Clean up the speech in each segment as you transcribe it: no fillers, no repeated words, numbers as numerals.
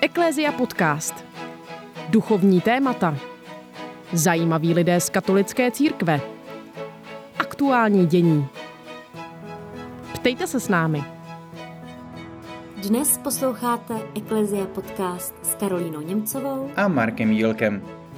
Eklézia podcast. Duchovní témata. Zajímaví lidé z katolické církve. Aktuální dění. Ptejte se s námi. Dnes posloucháte Eklézia podcast s Karolínou Němcovou a Markem Jílkem.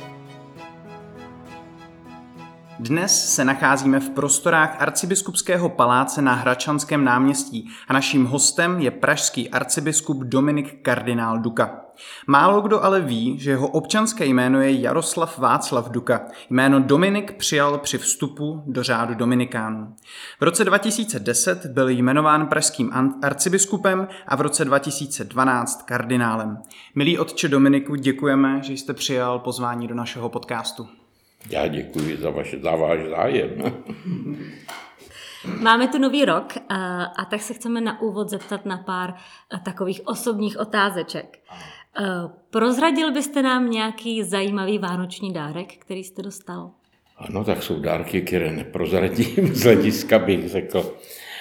Dnes se nacházíme v prostorách arcibiskupského paláce na Hradčanském náměstí a naším hostem je pražský arcibiskup Dominik kardinál Duka. Málo kdo ale ví, že jeho občanské jméno je Jaroslav Václav Duka. Jméno Dominik přijal při vstupu do řádu Dominikánů. V roce 2010 byl jmenován pražským arcibiskupem a v roce 2012 kardinálem. Milý otče Dominiku, děkujeme, že jste přijal pozvání do našeho podcastu. Já děkuji za váš zájem. Máme tu nový rok a tak se chceme na úvod zeptat na pár takových osobních otázeček. Prozradil byste nám nějaký zajímavý vánoční dárek, který jste dostal? Ano, tak jsou dárky, které neprozradím z hlediska, bych řekl,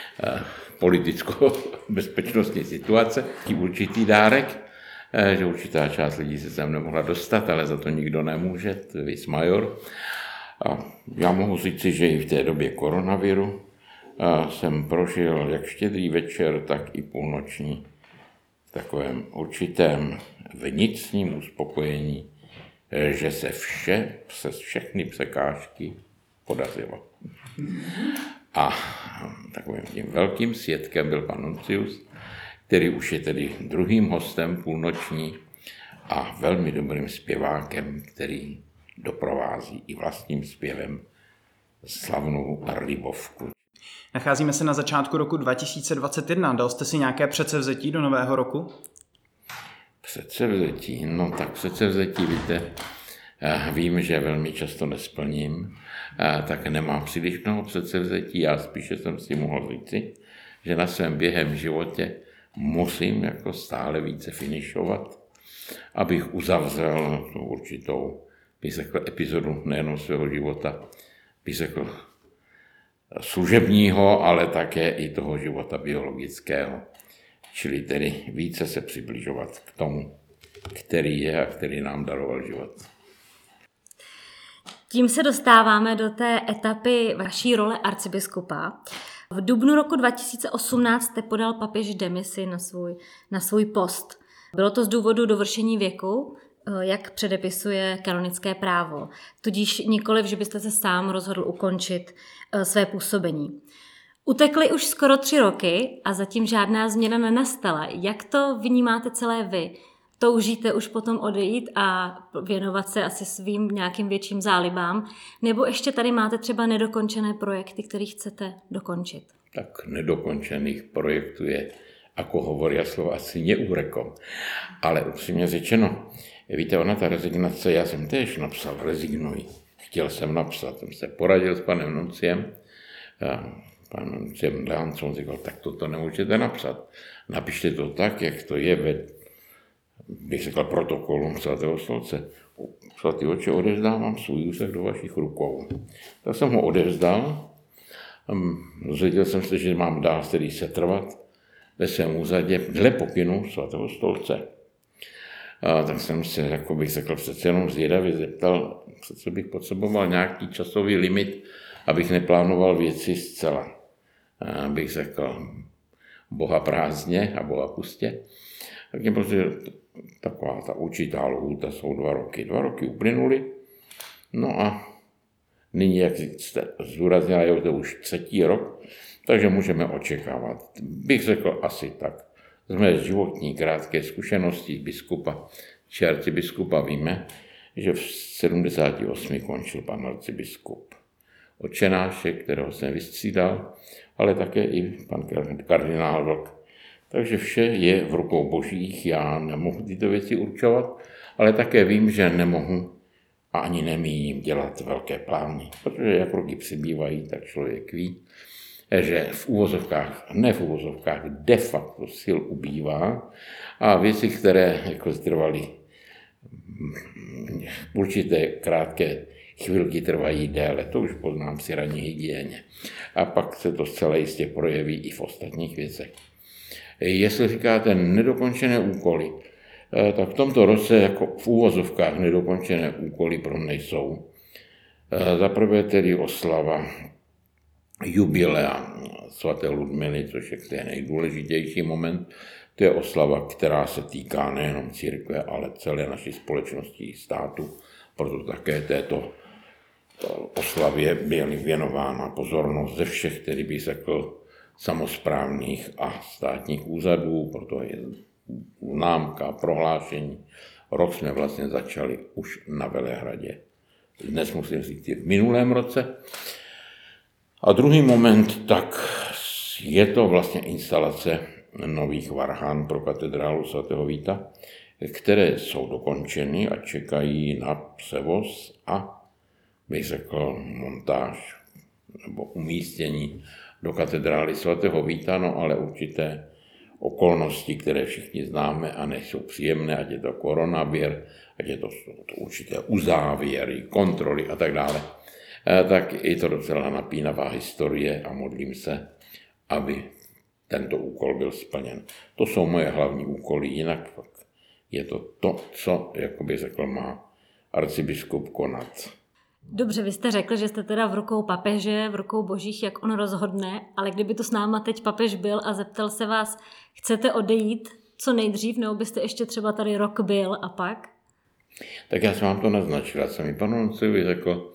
politicko-bezpečnostní situace. Tím určitý dárek, že určitá část lidí se sem nemohla dostat, ale za to nikdo nemůže, to je vis major. A já mohu říci, že i v té době koronaviru jsem prožil jak štědrý večer, tak i půlnoční v takovém určitém vnitřním uspokojení, že se přes všechny překážky podařilo. A takovým tím velkým svědkem byl pan nuncius, který už je tedy druhým hostem půlnoční a velmi dobrým zpěvákem, který doprovází i vlastním zpěvem slavnou Libovku. Nacházíme se na začátku roku 2021. Dal jste si nějaké předsevzetí do nového roku? Předsevzetí? No tak předsevzetí, víte, vím, že velmi často nesplním, tak nemám příliš mnoho předsevzetí. Já spíše jsem si mohl říci, že na svém během životě musím jako stále více finišovat, abych uzavřel tu určitou, bych řekl, epizodu nejenom svého života, bych řekl, služebního, ale také i toho života biologického. Čili tedy více se přibližovat k tomu, který je a který nám daroval život. Tím se dostáváme do té etapy vaší role arcibiskupa. V dubnu roku 2018 jste podal papež demisi na svůj post. Bylo to z důvodu dovršení věku, jak předepisuje kanonické právo. Tudíž nikoliv, že byste se sám rozhodl ukončit své působení. Utekly už skoro 3 roky a zatím žádná změna nenastala. Jak to vnímáte celé vy? Toužíte už potom odejít a věnovat se asi svým nějakým větším zálibám? Nebo ještě tady máte třeba nedokončené projekty, které chcete dokončit? Tak nedokončených projektů je, jako hovorí a slova, asi neúrekom. Ale upřímně řečeno, víte, ona ta rezignace, já jsem též napsal, rezignuji. Chtěl jsem napsat, jsem se poradil s panem nunciem, pan nunciem Leancon říkal, tak toto nemůžete napsat. Napište to tak, jak to je bych řekl, protokolu svatého stolce. Svatý oče, odevzdávám svůj úsek do vašich rukou. Tak jsem ho odevzdal. Dozvěděl jsem se, že mám dál tedy setrvat ve svém úřadě dle pokynu svatého stolce. Tak jsem se, jako bych řekl, přece jenom zvědavě zeptal, přece bych potřeboval nějaký časový limit, abych neplánoval věci zcela. Bych řekl, Boha prázdně a Boha pustě. Tak mě prostě taková ta určitá lhůta jsou 2 roky. 2 roky uplynuly, no a nyní, jak jste zdůraznila, je to už 3. rok, takže můžeme očekávat. Bych řekl asi tak. Z mé životní krátké zkušenosti biskupa či arcibiskupa víme, že v 78 končil pan arcibiskup. Otčenáše, kterého jsem vystřídal, ale také i pan kardinál Vlk. Takže vše je v rukou božích, já nemohu tyto věci určovat, ale také vím, že nemohu a ani nemíním dělat velké plány, protože jak roky přibývají, tak člověk ví, že v uvozovkách, ne v uvozovkách, de facto sil ubývá a věci, které jako trvaly určité krátké chvilky, trvají déle, to už poznám při ranní hygieně. A pak se to zcela jistě projeví i v ostatních věcech. Jestli říkáte nedokončené úkoly, tak v tomto roce jako v úvozovkách nedokončené úkoly pro mě jsou. Za prvé tedy oslava jubilea svaté Ludmily, což je ten nejdůležitější moment. To je oslava, která se týká nejenom církve, ale celé naší společnosti i státu. Proto také této oslavě byla věnována pozornost ze všech, který bych řekl, samosprávných a státních úřadů, proto je známka, prohlášení. Rok jsme vlastně začali už na Velehradě. Dnes musím říct, v minulém roce. A druhý moment, tak je to vlastně instalace nových varhan pro katedrálu svatého Víta, které jsou dokončeny a čekají na převoz a, bych řekl, montáž nebo umístění do katedrály svatého Víta, no ale určité okolnosti, které všichni známe a nejsou příjemné, ať je to koronavir, ať je to určité uzávěry, kontroly a tak dále, tak je to docela napínavá historie a modlím se, aby tento úkol byl splněn. To jsou moje hlavní úkoly, jinak je to to, co, jak bych řekl, má arcibiskup konat. Dobře, vy jste řekl, že jste teda v rukou papeže, v rukou božích, jak on rozhodne, ale kdyby to s náma teď papež byl a zeptal se vás, chcete odejít co nejdřív, nebo byste ještě třeba tady rok byl a pak? Tak já jsem vám to naznačil. Já jsem i panu Nunciovi řekl,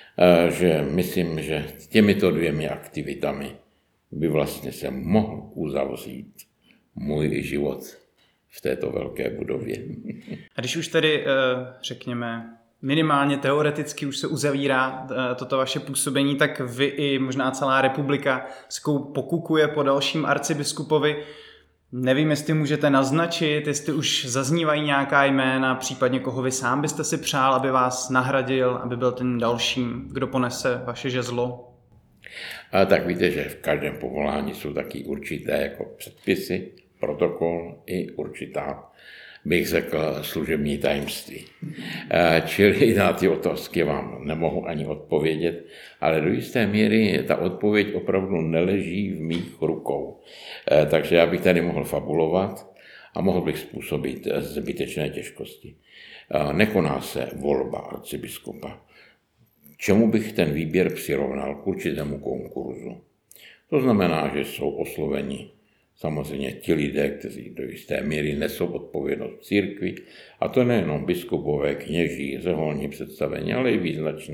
že myslím, že s těmito dvěmi aktivitami by vlastně se mohl uzavřít můj život v této velké budově. A když už tedy, řekněme, minimálně teoreticky už se uzavírá toto vaše působení, tak vy i možná celá republika pokukuje po dalším arcibiskupovi. Nevím, jestli můžete naznačit, jestli už zaznívají nějaká jména, případně koho vy sám byste si přál, aby vás nahradil, aby byl ten dalším, kdo ponese vaše žezlo. A tak víte, že v každém povolání jsou taky určité jako předpisy, protokol i určitá, bych řekl, služební tajemství. Čili na ty otázky vám nemohu ani odpovědět, ale do jisté míry ta odpověď opravdu neleží v mých rukou. Takže já bych tady mohl fabulovat a mohl bych způsobit zbytečné těžkosti. Nekoná se volba arcibiskupa. Čemu bych ten výběr přirovnal k určitému konkurzu? To znamená, že jsou osloveni samozřejmě ti lidé, kteří do jisté míry nesou odpovědnost církvi, a to nejenom biskupové, kněží, řeholní představení, ale i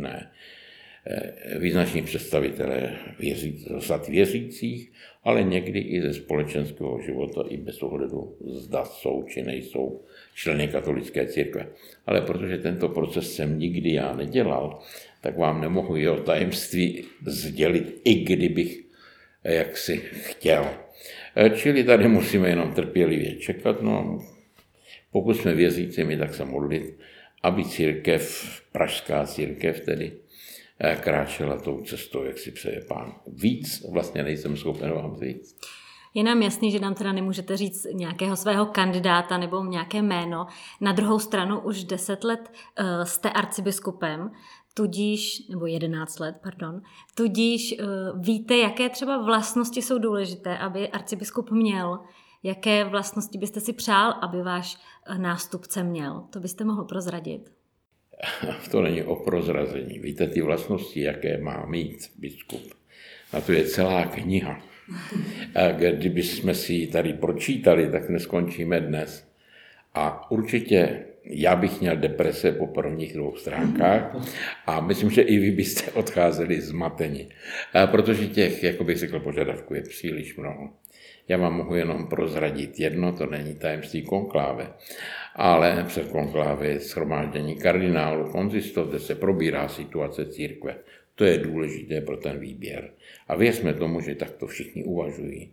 význační představitelé zad věřících, ale někdy i ze společenského života, i bez ohledu, zda jsou či nejsou členy katolické církve. Ale protože tento proces jsem nikdy já nedělal, tak vám nemohu jeho tajemství sdělit, i kdybych jaksi chtěl. Čili tady musíme jenom trpělivě čekat, no pokud jsme věřícími, tak se modlit, aby církev, pražská církev tedy, kráčela tou cestou, jak si přeje Pán. Víc vlastně nejsem schopen vám říct. Je nám jasný, že nám teda nemůžete říct nějakého svého kandidáta nebo nějaké jméno. Na druhou stranu už 10 let jste arcibiskupem, tudíž, nebo 11 let, pardon, tudíž víte, jaké třeba vlastnosti jsou důležité, aby arcibiskup měl, jaké vlastnosti byste si přál, aby váš nástupce měl. To byste mohl prozradit. To není o prozrazení. Víte, ty vlastnosti, jaké má mít biskup, na to je celá kniha. A kdybychom si ji tady pročítali, tak neskončíme dnes. A určitě já bych měl deprese po prvních 2 stránkách a myslím, že i vy byste odcházeli zmateni. Protože těch, jako bych řekl, požadavků je příliš mnoho. Já vám mohu jenom prozradit jedno, to není tajemství konkláve, ale před konkláve je shromáždění kardinálu, konzistov, kde se probírá situace církve. To je důležité pro ten výběr. A věřme tomu, že takto všichni uvažují.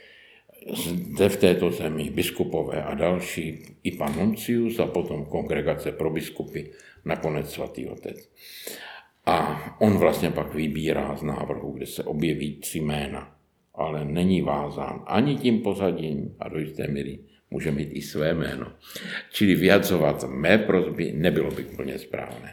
Zde v této zemi biskupové a další, i pan Nuncius a potom kongregace pro biskupy, nakonec svatý otec. A on vlastně pak vybírá z návrhu, kde se objeví 3 jména, ale není vázán ani tím pořadím a do jisté míry může mít i své jméno. Čili vyjadřovat mé prosby nebylo by úplně správné.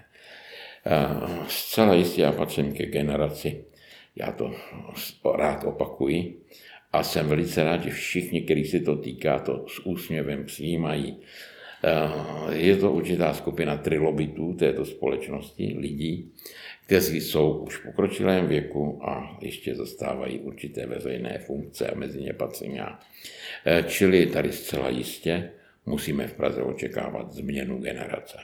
Zcela jistě já patřím ke generaci, já to rád opakuji, a jsem velice rád, že všichni, kteří se to týká, to s úsměvem přijímají. Je to určitá skupina trilobitů této společnosti, lidí, kteří jsou už v pokročilém věku a ještě zastávají určité veřejné funkce a mezi ně patřím já. Čili tady zcela jistě musíme v Praze očekávat změnu generace.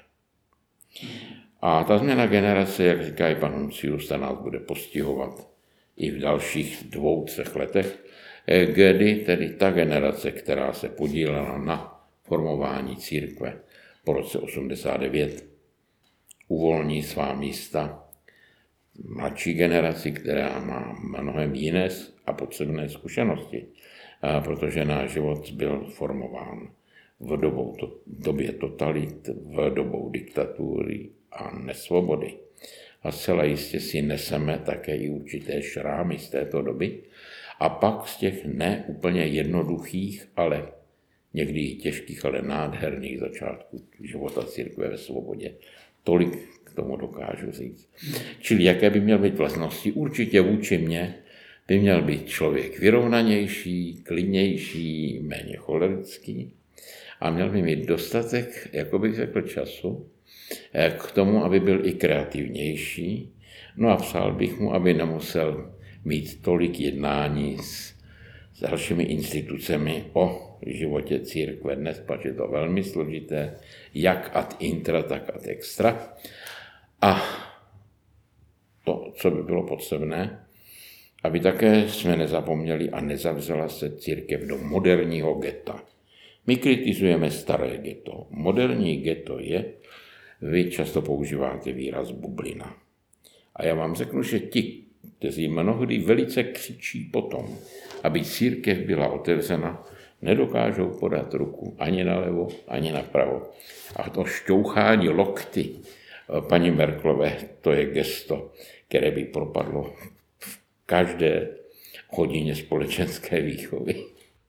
A ta změna generace, jak říká i pan Nuncius, ta nás bude postihovat i v dalších 2-3 letech, kdy tedy ta generace, která se podílela na formování církve po roce 89, uvolní svá místa mladší generaci, která má mnohem jiné a potřebné zkušenosti, protože náš život byl formován v době totalit, v dobou diktatury a nesvobody. A zcela jistě si neseme také i určité šrámy z této doby a pak z těch ne úplně jednoduchých, ale někdy i těžkých, ale nádherných začátků života církve ve svobodě. Tolik k tomu dokážu říct. Čili jaké by měly být vlastnosti? Určitě vůči mně by měl být člověk vyrovnanější, klidnější, méně cholerický a měl by mít dostatek, jako bych řekl, času k tomu, aby byl i kreativnější. No a přál bych mu, aby nemusel mít tolik jednání s dalšími institucemi o životě církve dnes, protože je to velmi složité, jak ad intra, tak ad extra. A to, co by bylo potřebné, aby také jsme nezapomněli a nezavřela se církev do moderního getta. My kritizujeme staré ghetto. Moderní ghetto je, vy často používáte výraz bublina. A já vám řeknu, že ti, kteří mnohdy velice křičí potom, aby církev byla otevřena, nedokážou podat ruku ani nalevo, ani napravo. A to šťouchání lokty paní Merkelové, to je gesto, které by propadlo v každé hodině společenské výchovy.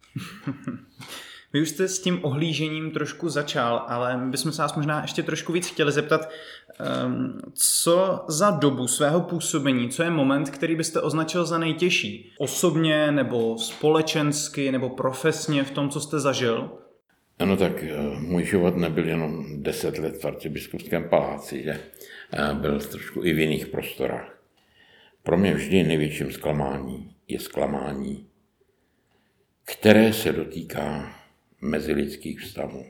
Vy už jste s tím ohlížením trošku začal, ale my bychom se vás možná ještě trošku víc chtěli zeptat, co za dobu svého působení, co je moment, který byste označil za nejtěžší? Osobně, nebo společensky, nebo profesně v tom, co jste zažil? Ano, tak můj život nebyl jenom 10 let v arcibiskupském paláci, že byl trošku i v jiných prostorách. Pro mě vždy největším zklamání je zklamání, které se dotýká mezilidských vztahů.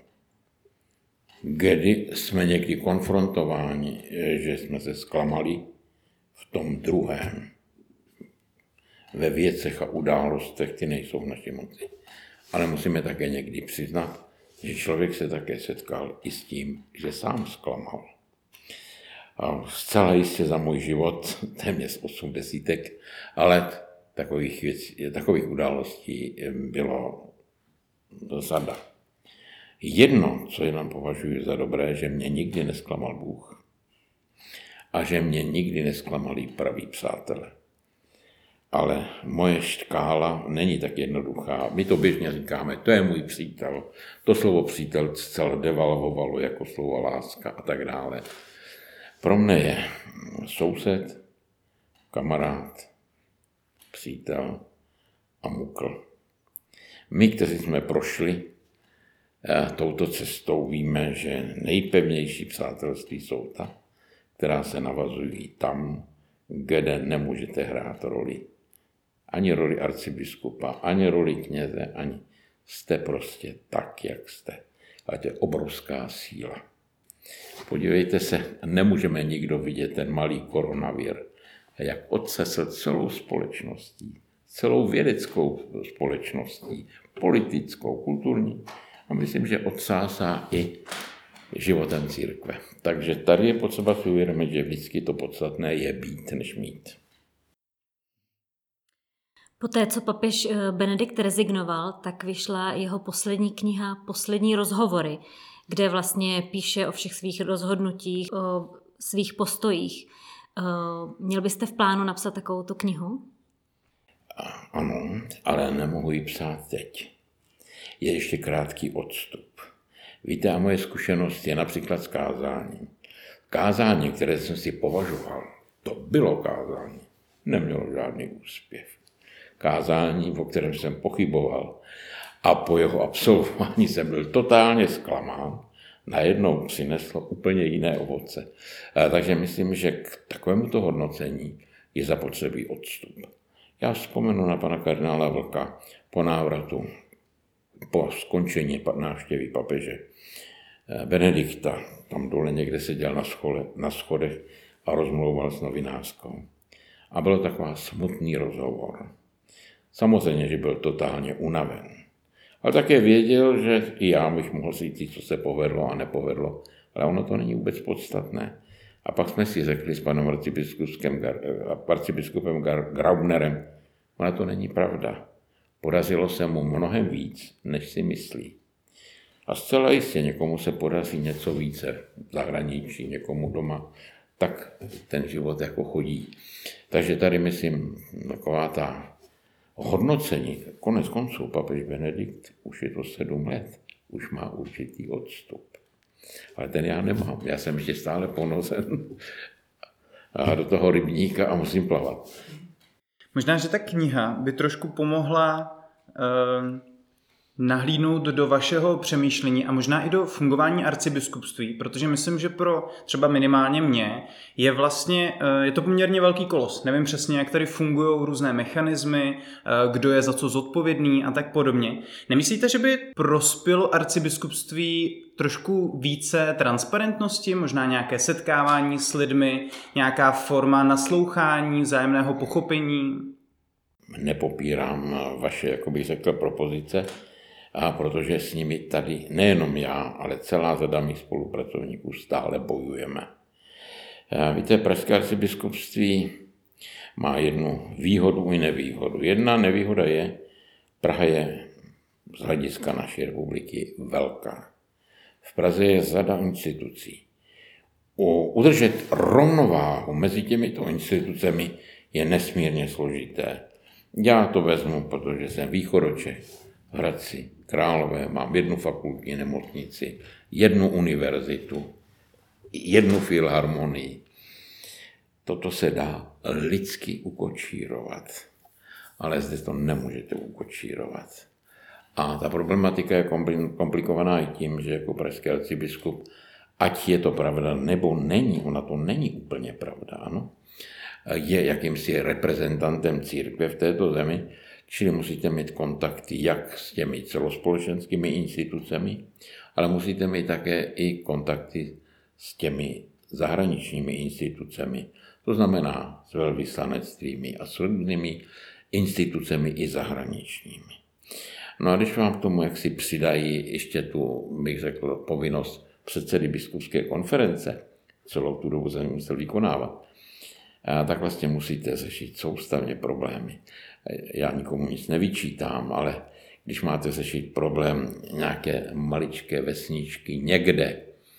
Kdy jsme někdy konfrontováni, že jsme se zklamali v tom druhém. Ve věcech a událostech, ty nejsou v naší moci. Ale musíme také někdy přiznat, že člověk se také setkal i s tím, že sám zklamal. A zcela jistě za můj život, téměř 80 let, takových událostí bylo řada. Jedno, co jenom považuji za dobré, že mě nikdy nesklamal Bůh a že mě nikdy nesklamali praví přátelé. Ale moje škála není tak jednoduchá. My to běžně říkáme, to je můj přítel. To slovo přítel zcela devalvovalo jako slovo láska a tak dále. Pro mne je soused, kamarád, přítel a mukl. My, kteří jsme prošli touto cestou, víme, že nejpevnější přátelství jsou ta, která se navazují tam, kde nemůžete hrát roli. Ani roli arcibiskupa, ani roli kněze, ani jste prostě tak, jak jste. A to je obrovská síla. Podívejte se, nemůžeme nikdo vidět ten malý koronavir, jak otřesl celou společností, celou vědeckou společností, politickou, kulturní. A myslím, že otřásá i životem církve. Takže tady je potřeba si uvědomit, že vždycky to podstatné je být, než mít. Poté, co papež Benedikt rezignoval, tak vyšla jeho poslední kniha Poslední rozhovory, kde vlastně píše o všech svých rozhodnutích, o svých postojích. Měl byste v plánu napsat takovouto knihu? Ano, ale nemohu ji psát teď. Je ještě krátký odstup. Víte, a moje zkušenost je například s kázáním. Kázání, které jsem si považoval, to bylo kázání, nemělo žádný úspěch. Kázání, o kterém jsem pochyboval a po jeho absolvování jsem byl totálně zklamán, najednou přineslo úplně jiné ovoce. Takže myslím, že k takovémuto hodnocení je zapotřebí odstup. Já vzpomenu na pana kardinála Vlka po návratu, po skončení návštěvy papeže Benedikta. Tam dole někde seděl na schodech a rozmlouval s novinářkou. A byl takový smutný rozhovor. Samozřejmě, že byl totálně unaven. Ale také věděl, že i já bych mohl říct, co se povedlo a nepovedlo. Ale ono to není vůbec podstatné. A pak jsme si řekli s panem arcibiskupem Graubnerem, ona to není pravda. Podařilo se mu mnohem víc, než si myslí. A zcela jistě někomu se podaří něco více v zahraničí, někomu doma, tak ten život jako chodí. Takže tady myslím, taková ta hodnocení, konec konců papež Benedikt, už je to 7 let, už má určitý odstup. Ale ten já nemám, já jsem ještě stále ponořen a do toho rybníka a musím plavat. Možná, že ta kniha by trošku pomohla nahlídnout do vašeho přemýšlení a možná i do fungování arcibiskupství, protože myslím, že pro třeba minimálně mě je to poměrně velký kolos. Nevím přesně, jak tady fungují různé mechanismy, kdo je za co zodpovědný a tak podobně. Nemyslíte, že by prospělo arcibiskupství trošku více transparentnosti, možná nějaké setkávání s lidmi, nějaká forma naslouchání, vzájemného pochopení? Nepopírám vaše, jak bych řekl, propozice, a protože s nimi tady nejenom já, ale celá řada mých spolupracovníků stále bojujeme. Víte, pražské arcibiskupství má jednu výhodu i nevýhodu. Jedna nevýhoda je, Praha je z hlediska naší republiky velká. V Praze je řada institucí. Udržet rovnováhu mezi těmito institucemi je nesmírně složité. Já to vezmu, protože jsem východočech, v Hradci Králové, mám 1 fakultní nemocnici, 1 univerzitu, 1 filharmonii. Toto se dá lidsky ukočírovat, ale zde to nemůžete ukočírovat. A ta problematika je komplikovaná i tím, že jako pražský arcibiskup, ať je to pravda nebo není, ona to není úplně pravda, ano, je jakýmsi reprezentantem církve v této zemi, čili musíte mít kontakty jak s těmi celospolečenskými institucemi, ale musíte mít také i kontakty s těmi zahraničními institucemi, to znamená s velvyslanectvími a s různými institucemi i zahraničními. No a když vám k tomu, jak si přidají ještě tu, bych řekl, povinnost předsedy biskupské konference, celou tu dobu jsem musel vykonávat, tak vlastně musíte řešit soustavně problémy. Já nikomu nic nevyčítám, ale když máte řešit problém nějaké maličké vesničky někde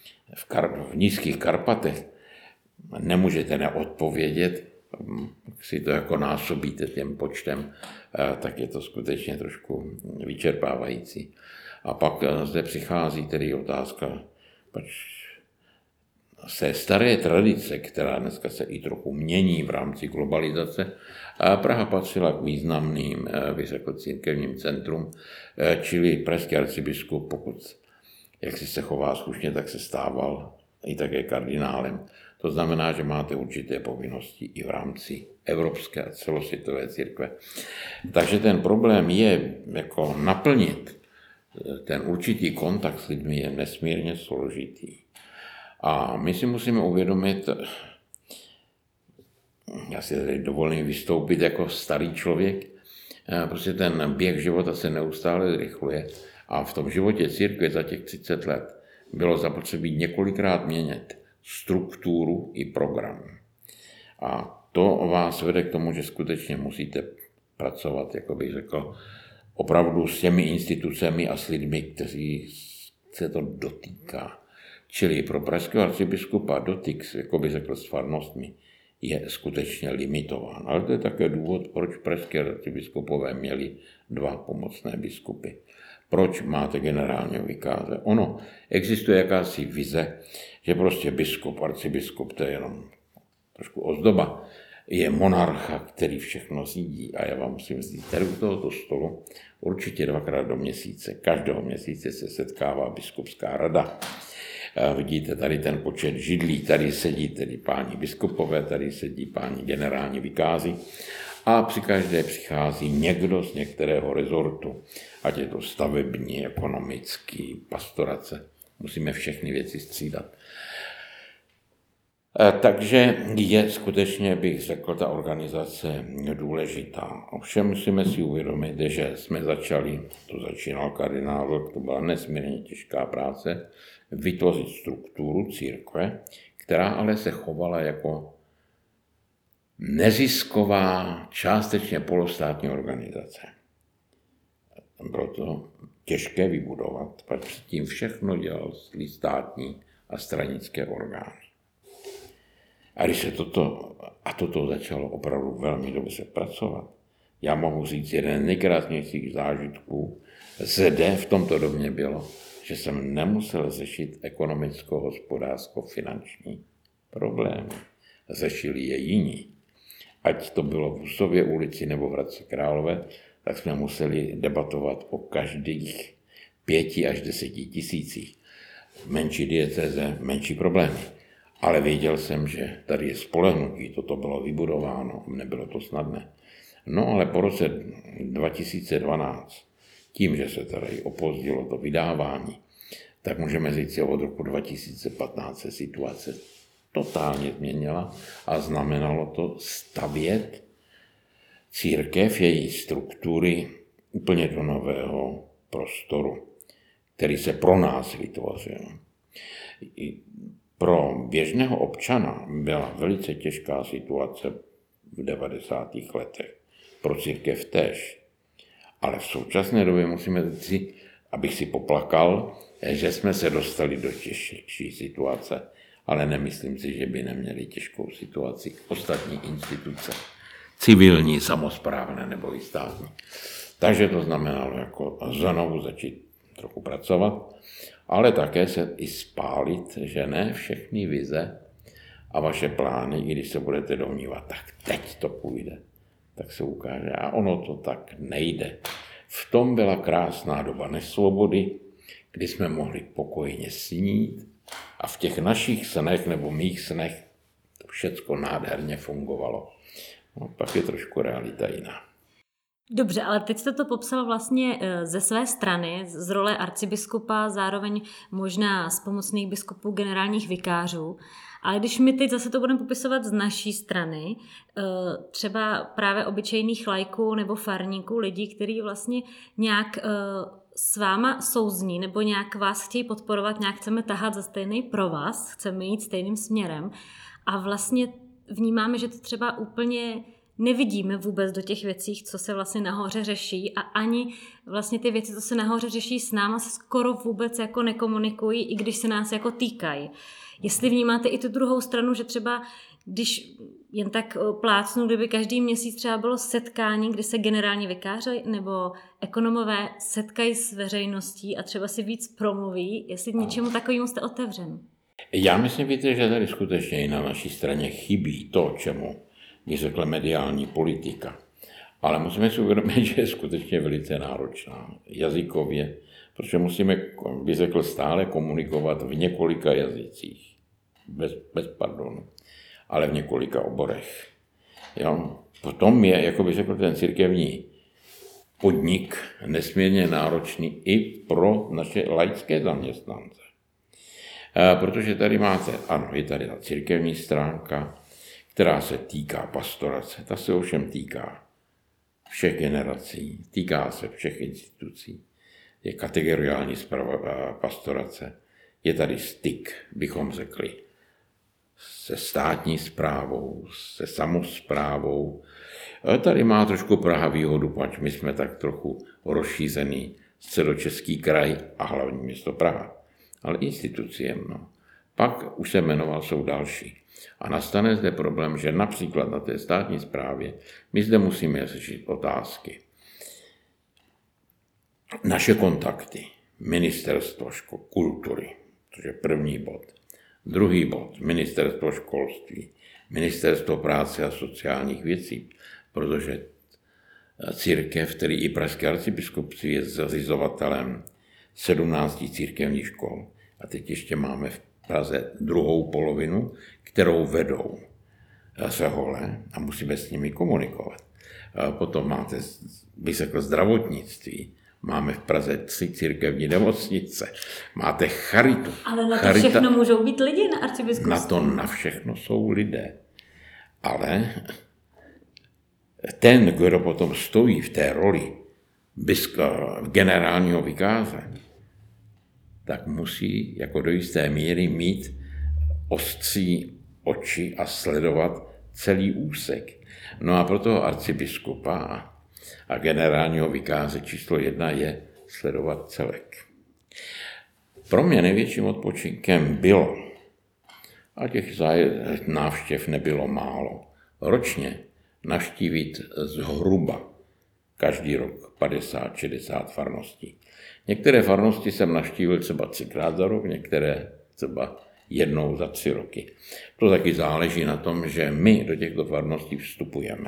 v nízkých Karpatech, nemůžete neodpovědět, si to jako násobíte tím počtem, tak je to skutečně trošku vyčerpávající. A pak zde přichází tedy otázka, proč z té staré tradice, která dneska se i trochu mění v rámci globalizace, a Praha patřila k významným, bych řekl, církevním centrum, čili pražský arcibiskup, pokud jak si se chová slušně, tak se stával i také kardinálem. To znamená, že máte určité povinnosti i v rámci evropské a celosvětové církve. Takže ten problém je jako naplnit ten určitý kontakt s lidmi je nesmírně složitý. A my si musíme uvědomit, já si tady dovolím vystoupit jako starý člověk, prostě ten běh života se neustále zrychluje a v tom životě církve za těch 30 let bylo zapotřebí několikrát měnit strukturu i program. A to vás vede k tomu, že skutečně musíte pracovat, jako bych řekl, opravdu s těmi institucemi a s lidmi, kteří se to dotýká. Čili pro pražského arcibiskupa dotyk, jako bych řekl, s farnostmi je skutečně limitován. Ale to je také důvod, proč pražské arcibiskupové měli 2 pomocné biskupy. Proč máte generálního vikáře? Ono, existuje jakási vize, že prostě biskup, arcibiskup, to je jenom trošku ozdoba, je monarcha, který všechno řídí. A já vám musím říct, tady u tohoto stolu určitě 2krát do měsíce, každého měsíce se setkává biskupská rada. Vidíte tady ten počet židlí, tady sedí tedy páni biskupové, tady sedí páni generální vikáři a při každé přichází někdo z některého rezortu, ať je to stavební, ekonomický, pastorace. Musíme všechny věci střídat. Takže je skutečně, bych řekl, ta organizace důležitá. Ovšem musíme si uvědomit, že jsme začínal kardinál, to byla nesmírně těžká práce, vytvořit strukturu církve, která ale se chovala jako nezisková, částečně polostátní organizace. Bylo to těžké vybudovat, protože předtím všechno dělal státní a stranické orgány. A když se toto začalo opravdu velmi dobře pracovat, já mohu říct, jeden z nejkrásnějších zážitků zde v tomto domě bylo, že jsem nemusel řešit ekonomicko-hospodářsko-finanční problémy. Řešili je jiní. Ať to bylo v Husově ulici nebo v Hradci Králové, tak jsme museli debatovat o každých 5 až 10 tisících. Menší diecéze, menší problémy. Ale věděl jsem, že tady je spolehnutí, toto bylo vybudováno, nebylo to snadné. No ale po roce 2012, tím, že se tady opozdilo to vydávání, tak můžeme říct, že od roku 2015 se situace totálně změnila a znamenalo to stavět církev, její struktury úplně do nového prostoru, který se pro nás vytvořil. Pro běžného občana byla velice těžká situace v 90. letech. Pro církev též. Ale v současné době musíme říct, abych si poplakal, že jsme se dostali do těžší situace. Ale nemyslím si, že by neměli těžkou situaci ostatní instituce. Civilní, samosprávné nebo i státní. Takže to znamenalo jako znovu začít trochu pracovat, ale také se i spálit, že ne všechny vize a vaše plány, i když se budete domnívat, tak teď to půjde, tak se ukáže. A ono to tak nejde. V tom byla krásná doba nesvobody, kdy jsme mohli pokojně snít a v těch našich snech nebo mých snech to všecko nádherně fungovalo. No, pak je trošku realita jiná. Dobře, ale teď jste to popsal vlastně ze své strany, z role arcibiskupa, zároveň možná z pomocných biskupů, generálních vikářů. Ale když my teď zase to budeme popisovat z naší strany, třeba právě obyčejných laiků nebo farníků, lidí, kteří vlastně nějak s váma souzní nebo nějak vás chtějí podporovat, nějak chceme tahat za stejný provaz, chceme jít stejným směrem a vlastně vnímáme, že to třeba úplně nevidíme vůbec do těch věcí, co se vlastně nahoře řeší a ani vlastně ty věci, co se nahoře řeší s náma, se skoro vůbec jako nekomunikují, i když se nás jako týkají. Jestli vnímáte i tu druhou stranu, že třeba když jen tak plácnu, kdyby každý měsíc třeba bylo setkání, kdy se generální vikáři nebo ekonomové setkají s veřejností a třeba si víc promluví, jestli něčemu takovému jste otevřen. Já myslím, víte, že tady skutečně i na naší straně chybí to, čemu bych řekl mediální politika. Ale musíme si uvědomit, že je skutečně velice náročná jazykově, protože musíme, bych řekl, stále komunikovat v několika jazycích. Bez pardonu, ale v několika oborech. Jo? Potom je, jako bych řekl, ten církevní podnik nesmírně náročný i pro naše laické zaměstnance. Protože tady máte, ano, je tady ta církevní stránka, která se týká pastorace. Ta se ovšem týká všech generací, týká se všech institucí. Je kategoriální pastorace. Je tady styk, bychom řekli, se státní správou, se samosprávou. Tady má trošku Praha výhodu, pač my jsme tak trochu rozšířený středočeský kraj a hlavní město Praha. Ale instituci je mnoho. Pak už se jmenoval, jsou další. A nastane zde problém, že například na té státní správě my zde musíme řešit otázky. Naše kontakty, ministerstvo kultury, což je první bod. Druhý bod, ministerstvo školství, ministerstvo práce a sociálních věcí, protože církev, který i pražské arcibiskupství je zřizovatelem 17 církevních škol. A A teď ještě máme v Praze druhou polovinu, kterou vedou řehole a musíme s nimi komunikovat. A potom máte, bych řekl, zdravotnictví. Máme v Praze 3 církevní nemocnice. Máte charitu. Ale na to všechno můžou být lidi na arcibiskupství. Na to na všechno jsou lidé. Ale ten, kdo potom stojí v té roli generálního vikáře, tak musí jako do jisté míry mít ostří oči a sledovat celý úsek. No a pro toho arcibiskupa a generálního vikáře číslo 1 je sledovat celek. Pro mě největším odpočinkem bylo, a těch návštěv nebylo málo, ročně navštívit zhruba každý rok 50-60 farností. Některé farnosti jsem navštívil třeba 3krát za rok, některé třeba jednou za 3 roky. To taky záleží na tom, že my do těchto farností vstupujeme.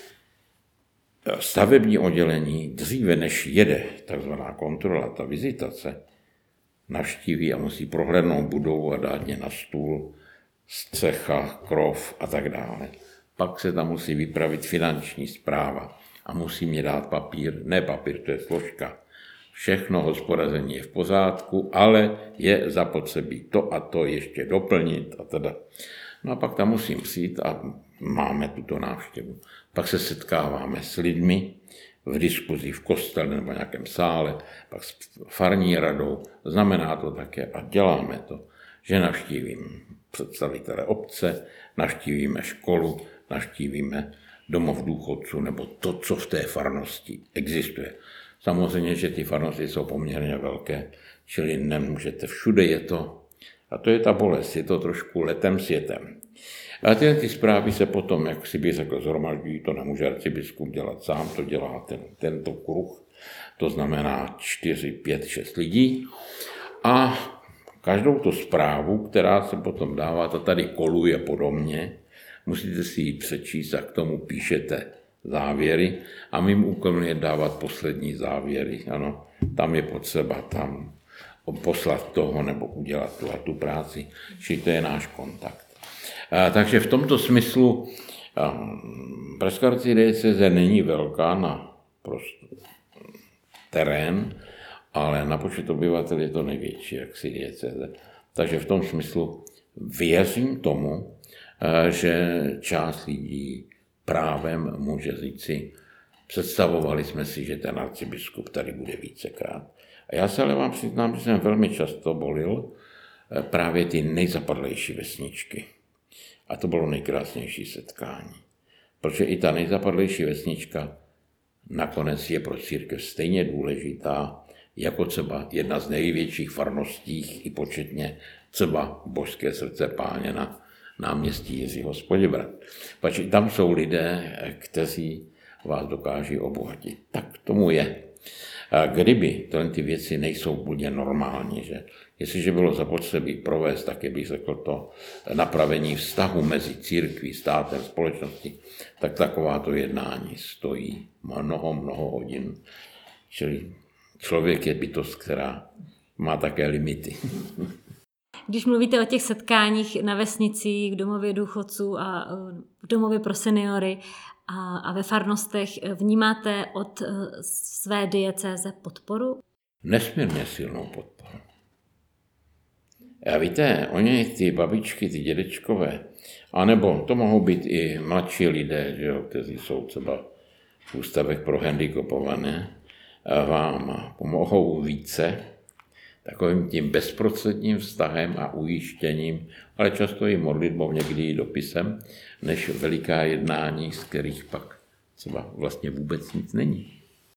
Stavební oddělení dříve, než jede takzvaná kontrola, ta vizitace, navštíví a musí prohlédnout budovu a dát je na stůl, střecha, krov a tak dále. Pak se tam musí vypravit finanční správa a musí mě dát papír, ne papír, to je složka. Všechno hospodaření je v pořádku, ale je zapotřebí to a to ještě doplnit a teda. No a pak tam musím přijít a máme tuto návštěvu. Pak se setkáváme s lidmi v diskuzi v kostele nebo nějakém sále, pak s farní radou. Znamená to také a děláme to, že navštívím představitele obce, navštívíme školu, navštívíme domov důchodců nebo to, co v té farnosti existuje. Samozřejmě, že ty farnosti jsou poměrně velké, čili nemůžete, všude je to. A to je ta bolest, je to trošku letem světem. A ty zprávy se potom, jak si bych řekl, zhromažďují, to nemůže arcibiskup dělat sám, to dělá tento kruh, to znamená 4, 5, 6 lidí. A každou tu zprávu, která se potom dává, to tady koluje podobně, musíte si ji přečíst a k tomu píšete závěry a mým úkolem je dávat poslední závěry. Ano, tam je potřeba tam poslat toho nebo udělat tu práci, čili to je náš kontakt. Takže v tomto smyslu pražská arcidiecéze není velká na terén, ale na počet obyvatel je to největší arcidiecéze. Takže v tom smyslu věřím tomu, že část lidí právem může říci, představovali jsme si, že ten arcibiskup tady bude vícekrát. A já se ale vám přiznám, že jsem velmi často volil právě ty nejzapadlejší vesničky. A to bylo nejkrásnější setkání. Protože i ta nejzapadlejší vesnička nakonec je pro církev stejně důležitá, jako třeba jedna z největších farností i početně třeba Božské srdce Páně na náměstí Jiřího Spodibrat. Protože tam jsou lidé, kteří vás dokáží obohatit. Tak tomu je. A kdyby ty věci nejsou úplně normální, že jestliže bylo zapotřebí provést, taky bych řekl to, napravení vztahu mezi církví, státem, společností, tak takováto jednání stojí mnoho hodin. Čili člověk je bytost, která má také limity. Když mluvíte o těch setkáních na vesnicích, v domově důchodců a v domově pro seniory a ve farnostech, vnímáte od své diecéze podporu? Nesmírně silnou podporu. A víte, oni, ty babičky, ty dědečkové, anebo to mohou být i mladší lidé, že jo, kteří jsou třeba v ústavech pro handicapované, vám pomohou více takovým tím bezprostředním vztahem a ujištěním, ale často i modlitbou, někdy i dopisem, než veliká jednání, z kterých pak třeba vlastně vůbec nic není.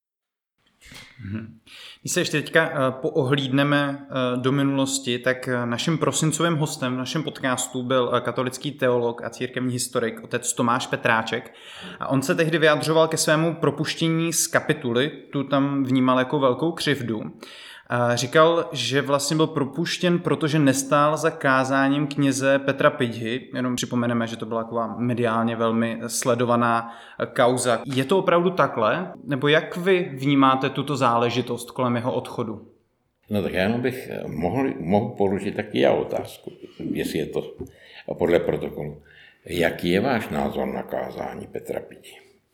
Když se ještě teďka poohlídneme do minulosti, tak naším prosincovým hostem v našem podcastu byl katolický teolog a církevní historik otec Tomáš Petráček. A on se tehdy vyjadřoval ke svému propuštění z kapituly, tu tam vnímal jako velkou křivdu. Říkal, že vlastně byl propuštěn, protože nestál za kázáním kněze Petra Pidhy. Jenom připomeneme, že to byla taková mediálně velmi sledovaná kauza. Je to opravdu takhle? Nebo jak vy vnímáte tuto záležitost kolem jeho odchodu? No tak já jenom bych mohl položit taky já otázku, jestli je to podle protokolu. Jaký je váš názor na kázání Petra Pidi?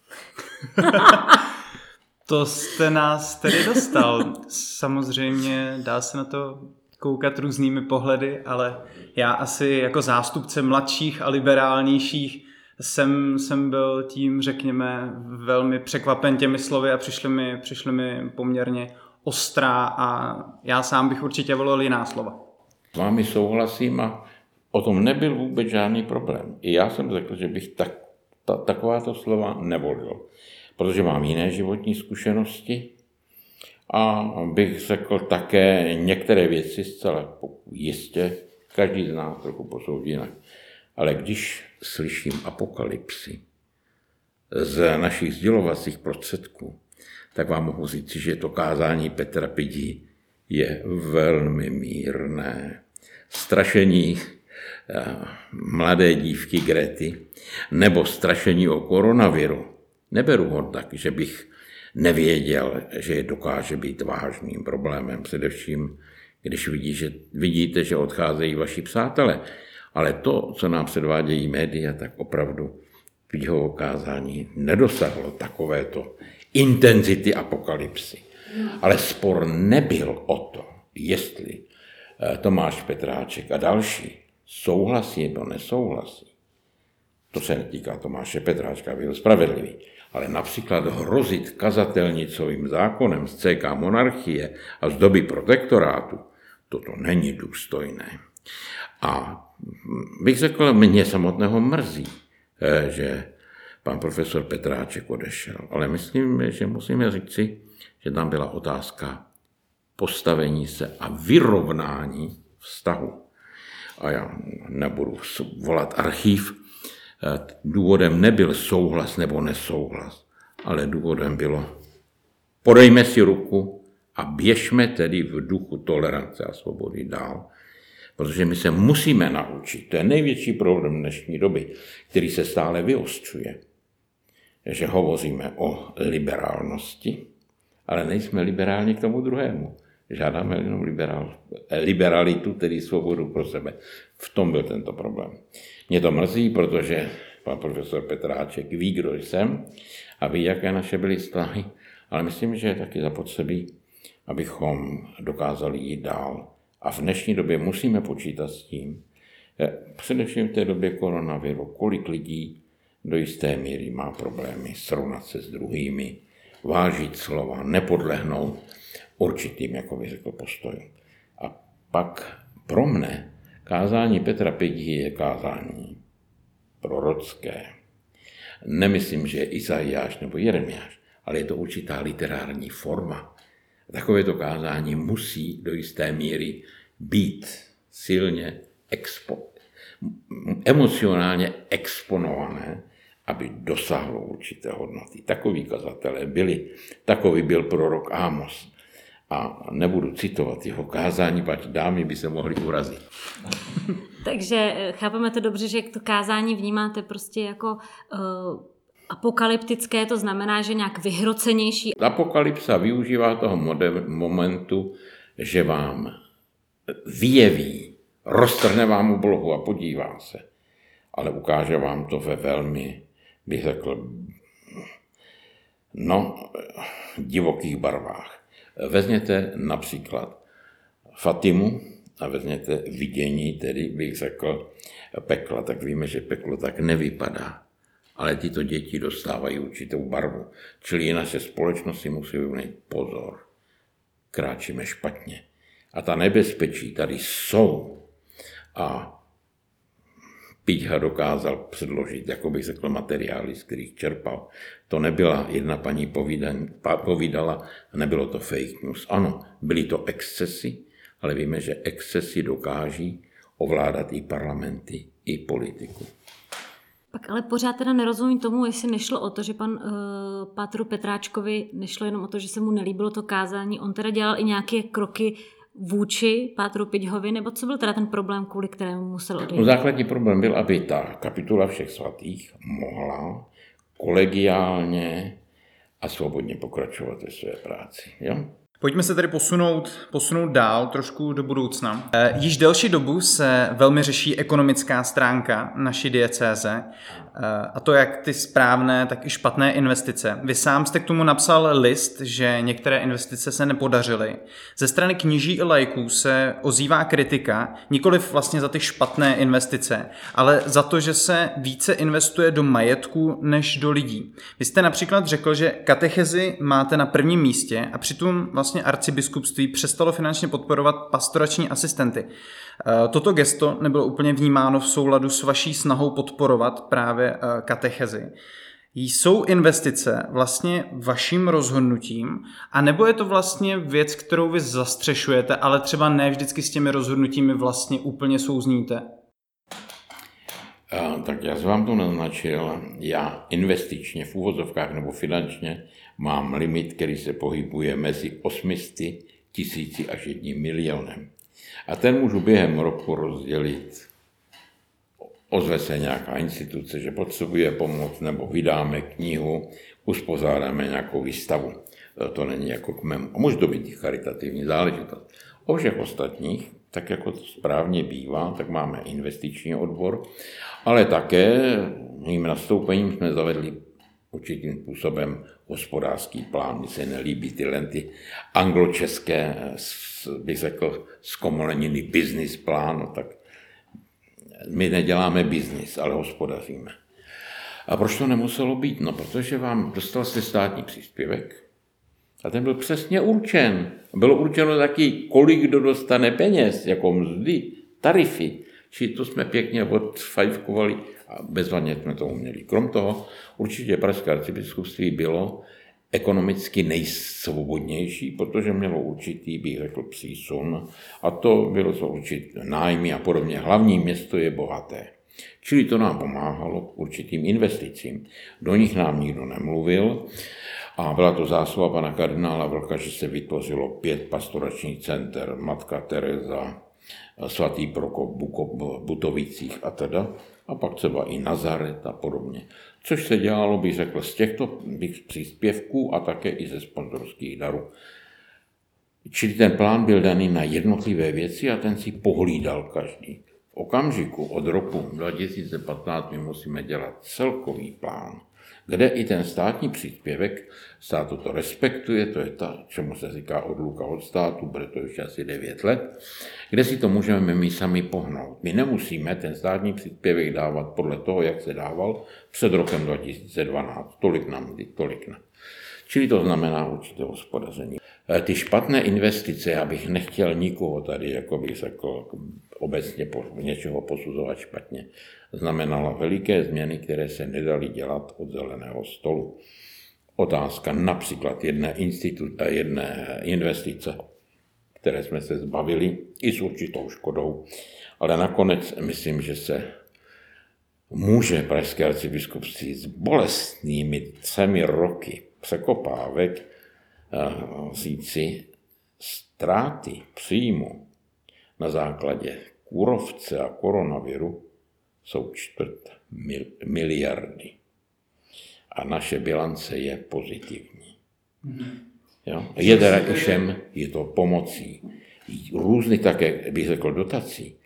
To jste nás tedy dostal. Samozřejmě dá se na to koukat různými pohledy, ale já asi jako zástupce mladších a liberálnějších jsem byl tím, řekněme, velmi překvapen těmi slovy a přišly mi poměrně ostrá a já sám bych určitě volil jiná slova. S vámi souhlasím a o tom nebyl vůbec žádný problém. I já jsem řekl, že bych takováto slova nevolil, protože mám jiné životní zkušenosti a bych řekl také některé věci zcela jistě, každý z nás trochu posoudí jinak. Ale když slyším apokalypsy z našich sdělovacích prostředků, tak vám mohu říct, že to kázání Petra Pidi je velmi mírné. Strašení mladé dívky Grety nebo strašení o koronaviru neberu ho tak, že bych nevěděl, že dokáže být vážným problémem, především když vidíte, že odcházejí vaši přátelé. Ale to, co nám předvádějí média, tak opravdu Pidihovo kázání nedosahlo takovéto intenzity apokalypsy. Ale spor nebyl o to, jestli Tomáš Petráček a další souhlasí nebo nesouhlasí. To se netýká Tomáše Petráčka, byl spravedlivý. Ale například hrozit kazatelnicovým zákonem z CK monarchie a z doby protektorátu, toto není důstojné. A bych řekl, mě samotného mrzí, že pan profesor Petráček odešel. Ale myslím, že musíme říci, že tam byla otázka postavení se a vyrovnání vztahu. A já nebudu volat archiv. Důvodem nebyl souhlas nebo nesouhlas, ale důvodem bylo podejme si ruku a běžme tedy v duchu tolerance a svobody dál. Protože my se musíme naučit, to je největší problém dnešní doby, který se stále vyostřuje, že hovoříme o liberálnosti, ale nejsme liberální k tomu druhému. Žádáme jenom liberalitu, tedy svobodu pro sebe. V tom byl tento problém. Mě to mrzí, protože pan profesor Petráček ví, kdo jsem a ví, jaké naše byly vztahy, ale myslím, že je taky zapotřebí, abychom dokázali jít dál. A v dnešní době musíme počítat s tím, především v té době koronaviru, kolik lidí do jisté míry má problémy srovnat se s druhými, vážit slova, nepodlehnout určitým, jako bych řekl, postojům. A pak pro mne kázání Petra Pidi je kázání prorocké. Nemyslím, že je Izajáš nebo Jeremiáš, ale je to určitá literární forma. Takovéto kázání musí do jisté míry být silně emocionálně exponované, aby dosáhlo určité hodnoty. Takoví kazatelé byli. Takový byl prorok Ámos. A nebudu citovat jeho kázání, pač dámy by se mohly urazit. Takže chápeme to dobře, že to kázání vnímáte prostě jako apokalyptické, to znamená, že nějak vyhrocenější. Apokalypsa využívá toho momentu, že vám vyjeví, roztrhne vám oblohu a podívá se. Ale ukáže vám to ve velmi, bych řekl, divokých barvách. Vezměte například Fatimu a vezměte vidění, tedy bych řekl pekla, tak víme, že peklo tak nevypadá. Ale tyto děti dostávají určitou barvu. Čili naše společnost si musí umět pozor. Kráčíme špatně. A ta nebezpečí tady jsou. A Piťha dokázal předložit, jako bych řekl, materiály, z kterých čerpal. To nebyla jedna paní povídala, nebylo to fake news. Ano, byly to excesy, ale víme, že excesy dokáží ovládat i parlamenty, i politiku. Pak ale pořád teda nerozumím tomu, jestli nešlo o to, že Pátru Petráčkovi nešlo jenom o to, že se mu nelíbilo to kázání, on teda dělal i nějaké kroky vůči Pátru Pidhovi, nebo co byl teda ten problém, kvůli kterému musel odejít? Základní problém byl, aby ta kapitula všech svatých mohla kolegiálně a svobodně pokračovat ve své práci. Jo? Pojďme se tedy posunout dál, trošku do budoucna. Již delší dobu se velmi řeší ekonomická stránka naší diecéze, a to jak ty správné, tak i špatné investice. Vy sám jste k tomu napsal list, že některé investice se nepodařily. Ze strany kněží i laiků se ozývá kritika, nikoliv vlastně za ty špatné investice, ale za to, že se více investuje do majetku než do lidí. Vy jste například řekl, že katechezi máte na prvním místě a přitom vlastně arcibiskupství přestalo finančně podporovat pastorační asistenty. Toto gesto nebylo úplně vnímáno v souladu s vaší snahou podporovat právě katechezi. Jsou investice vlastně vaším rozhodnutím, anebo je to vlastně věc, kterou vy zastřešujete, ale třeba ne vždycky s těmi rozhodnutími vlastně úplně souzníte? Tak já jsem vám to naznačil. Já investičně, v úvozovkách nebo finančně, mám limit, který se pohybuje mezi 800 000 až 1 milionem. A ten můžu během roku rozdělit. Ozve se nějaká instituce, že potřebuje pomoc, nebo vydáme knihu, uspořádáme nějakou výstavu. To není jako k mému. A může to být i charitativní záležitost. O všech ostatních, tak jako to správně bývá, tak máme investiční odbor, ale také mým nastoupením jsme zavedli určitým způsobem hospodářský plán. Mně se nelíbí ty angločeské, bych řekl, zkomoleniny business plán, no tak my neděláme biznis, ale hospodaříme. A proč to nemuselo být? No, protože vám dostal se státní příspěvek a ten byl přesně určen. Bylo určeno taky, kolik kdo dostane peněz, jako mzdy, tarify. Čili to jsme pěkně odfajfkovali a bezvadně jsme to uměli. Krom toho určitě Pražské arcibiskupství bylo ekonomicky nejsvobodnější, protože mělo určitý, bych řekl, přísun a to bylo to určitě nájmy a podobně. Hlavní město je bohaté. Čili to nám pomáhalo k určitým investicím. Do nich nám nikdo nemluvil a byla to zásluha pana kardinála Vlka, že se vytvořilo 5 pastoračních center, Matka Tereza, svatý Prokop v Butovicích a teda, a pak třeba i Nazaret a podobně. Což se dělalo, bych řekl, z těchto příspěvků a také i ze sponzorských darů. Čili ten plán byl daný na jednotlivé věci a ten si pohlídal každý. V okamžiku od roku 2015 my musíme dělat celkový plán, kde i ten státní příspěvek, stát to respektuje, to je ta, čemu se říká odluka od státu, bude to už asi 9 let, kde si to můžeme my sami pohnout. My nemusíme ten státní příspěvek dávat podle toho, jak se dával před rokem 2012. Tolik na mzdy, tolik na. Čili to znamená určité hospodaření. Ty špatné investice, já bych nechtěl nikoho tady, jako bych řekl, obecně něčeho posuzovat špatně, znamenala veliké změny, které se nedaly dělat od zeleného stolu. Otázka například jedné investice, které jsme se zbavili i s určitou škodou, ale nakonec myslím, že se může Pražské arcibiskupství s bolestnými 3 roky překopávek říci ztráty příjmu na základě kůrovce a koronaviru jsou 250 miliardy. A naše bilance je pozitivní. Jo? Všem je to pomocí různých také, bych řekl, dotací.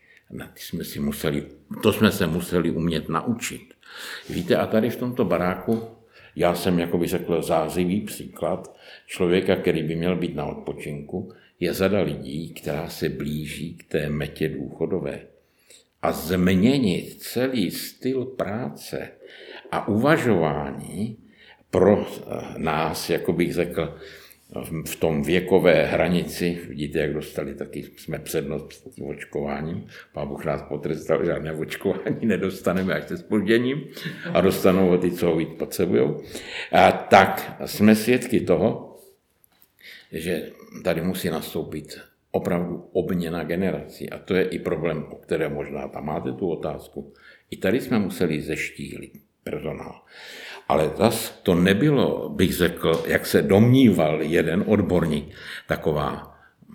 To jsme se museli umět naučit. Víte, a tady v tomto baráku já jsem, jako bych řekl, zářivý příklad člověka, který by měl být na odpočinku. Je řada lidí, která se blíží k té metě důchodové. A změnit celý styl práce a uvažování pro nás, jako bych řekl, v tom věkové hranici, vidíte, jak dostali, taky jsme přednost před tím očkováním. Pán Bůh nás potrestal, žádné očkování nedostaneme až se zpožděním a dostanou ho ty, co ho víc potřebujou. A tak jsme svědky toho, že tady musí nastoupit opravdu obměna generací. A to je i problém, o které možná tam máte tu otázku. I tady jsme museli zeštíhlit personál. Ale zas to nebylo, bych řekl, jak se domníval jeden odborník, taková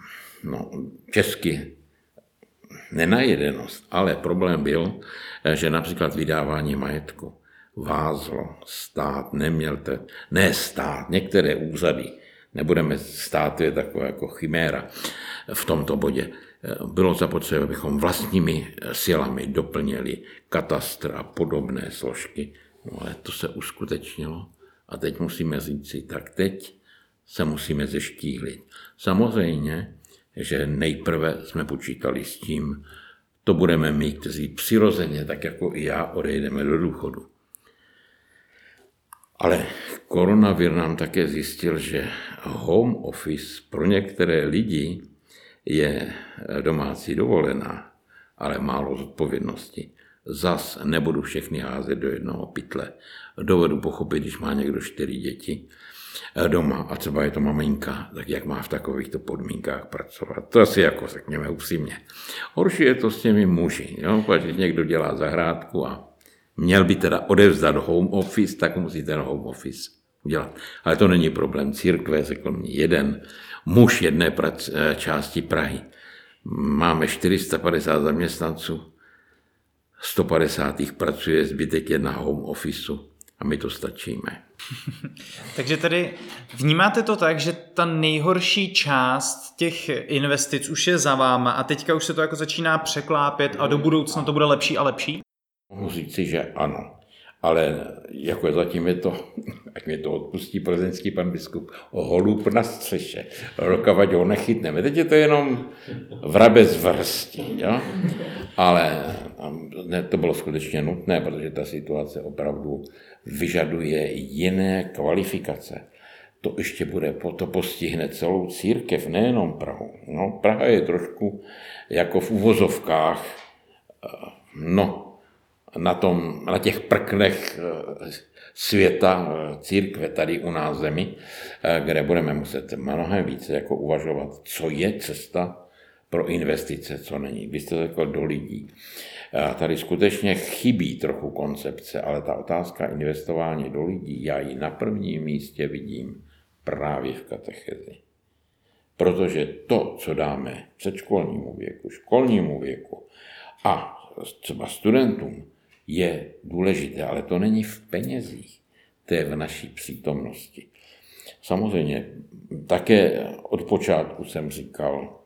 česky nenajedenost, ale problém byl, že například vydávání majetku vázlo, stát neměl, některé úřady nebudeme stát, to je taková jako chiméra v tomto bodě. Bylo zapotřebí, abychom vlastními silami doplnili katastr a podobné složky. No ale to se uskutečnilo a teď musíme říci, tak teď se musíme zeštíhlit. Samozřejmě, že nejprve jsme počítali s tím, to budeme my, kteří přirozeně, tak jako i já, odejdeme do důchodu. Ale koronavir nám také zjistil, že home office pro některé lidi je domácí dovolená, ale málo zodpovědnosti. Zas nebudu všechny házet do jednoho pytle. Dovedu pochopit, když má někdo 4 děti doma a třeba je to maminka, tak jak má v takovýchto podmínkách pracovat. To asi jako řekněme upřímně. Horší je to s těmi muži. Jo? Když někdo dělá zahrádku a měl by teda odevzdat home office, tak musí ten home office udělat. Ale to není problém. Církve, řekl mi jeden muž jedné části Prahy. Máme 450 zaměstnanců, 150 jich pracuje, zbytek je na home officeu a my to stačíme. Takže tedy vnímáte to tak, že ta nejhorší část těch investic už je za váma a teďka už se to jako začíná překlápět a do budoucna to bude lepší a lepší? Mohu říci, že ano. Ale jako zatím je to, ať mi to odpustí plzeňský pan biskup, holub na střeše. Rokavať ho nechytneme. Teď je to jenom vrabec vrsti. Jo? Ale ne, to bylo skutečně nutné, protože ta situace opravdu vyžaduje jiné kvalifikace. To ještě bude, to postihne celou církev, nejenom Prahu. No, Praha je trošku jako v uvozovkách, na těch prknech světa církve tady u nás zemi, kde budeme muset mnohem více jako uvažovat, co je cesta pro investice, co není. Vy jste řekl do lidí. Tady skutečně chybí trochu koncepce, ale ta otázka investování do lidí, já ji na prvním místě vidím právě v katechezi. Protože to, co dáme předškolnímu věku, školnímu věku a třeba studentům, je důležité, ale to není v penězích, to je v naší přítomnosti. Samozřejmě také od počátku jsem říkal,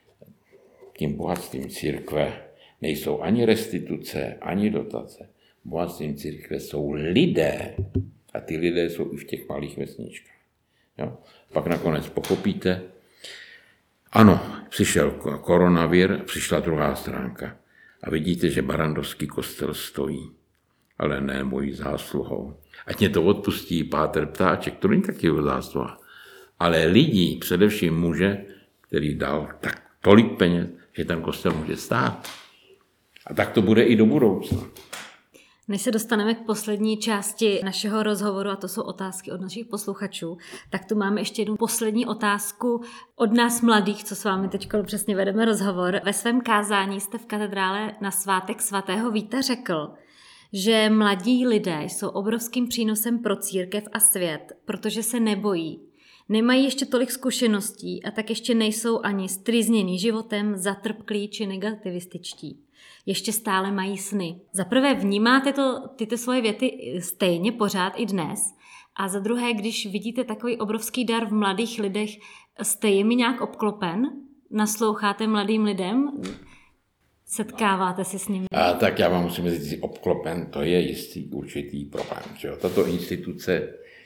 tím bohatstvím církve nejsou ani restituce, ani dotace. Bohatstvím církve jsou lidé a ty lidé jsou i v těch malých vesničkách. Jo? Pak nakonec pochopíte, ano, přišel koronavir, přišla druhá stránka. A vidíte, že Barrandovský kostel stojí, ale ne mojí zásluhou. Ať mě to odpustí Páter Ptáček, to není taky jeho zásluha. Ale lidí, především muže, který dal tak tolik peněz, že ten kostel může stát. A tak to bude i do budoucna. Než se dostaneme k poslední části našeho rozhovoru, a to jsou otázky od našich posluchačů, tak tu máme ještě jednu poslední otázku od nás mladých, co s vámi teď přesně vedeme rozhovor. Ve svém kázání jste v katedrále na svátek svatého Víta řekl, že mladí lidé jsou obrovským přínosem pro církev a svět, protože se nebojí. Nemají ještě tolik zkušeností a tak ještě nejsou ani stryznění životem, zatrpklí či negativističtí. Ještě stále mají sny. Za prvé vnímáte tyto svoje věty stejně pořád i dnes a za druhé, když vidíte takový obrovský dar v mladých lidech, jste jimi nějak obklopen? Nasloucháte mladým lidem? Setkáváte se s nimi? Tak já vám musím říct, obklopen, to je jistý určitý problém. Že? Tato instituce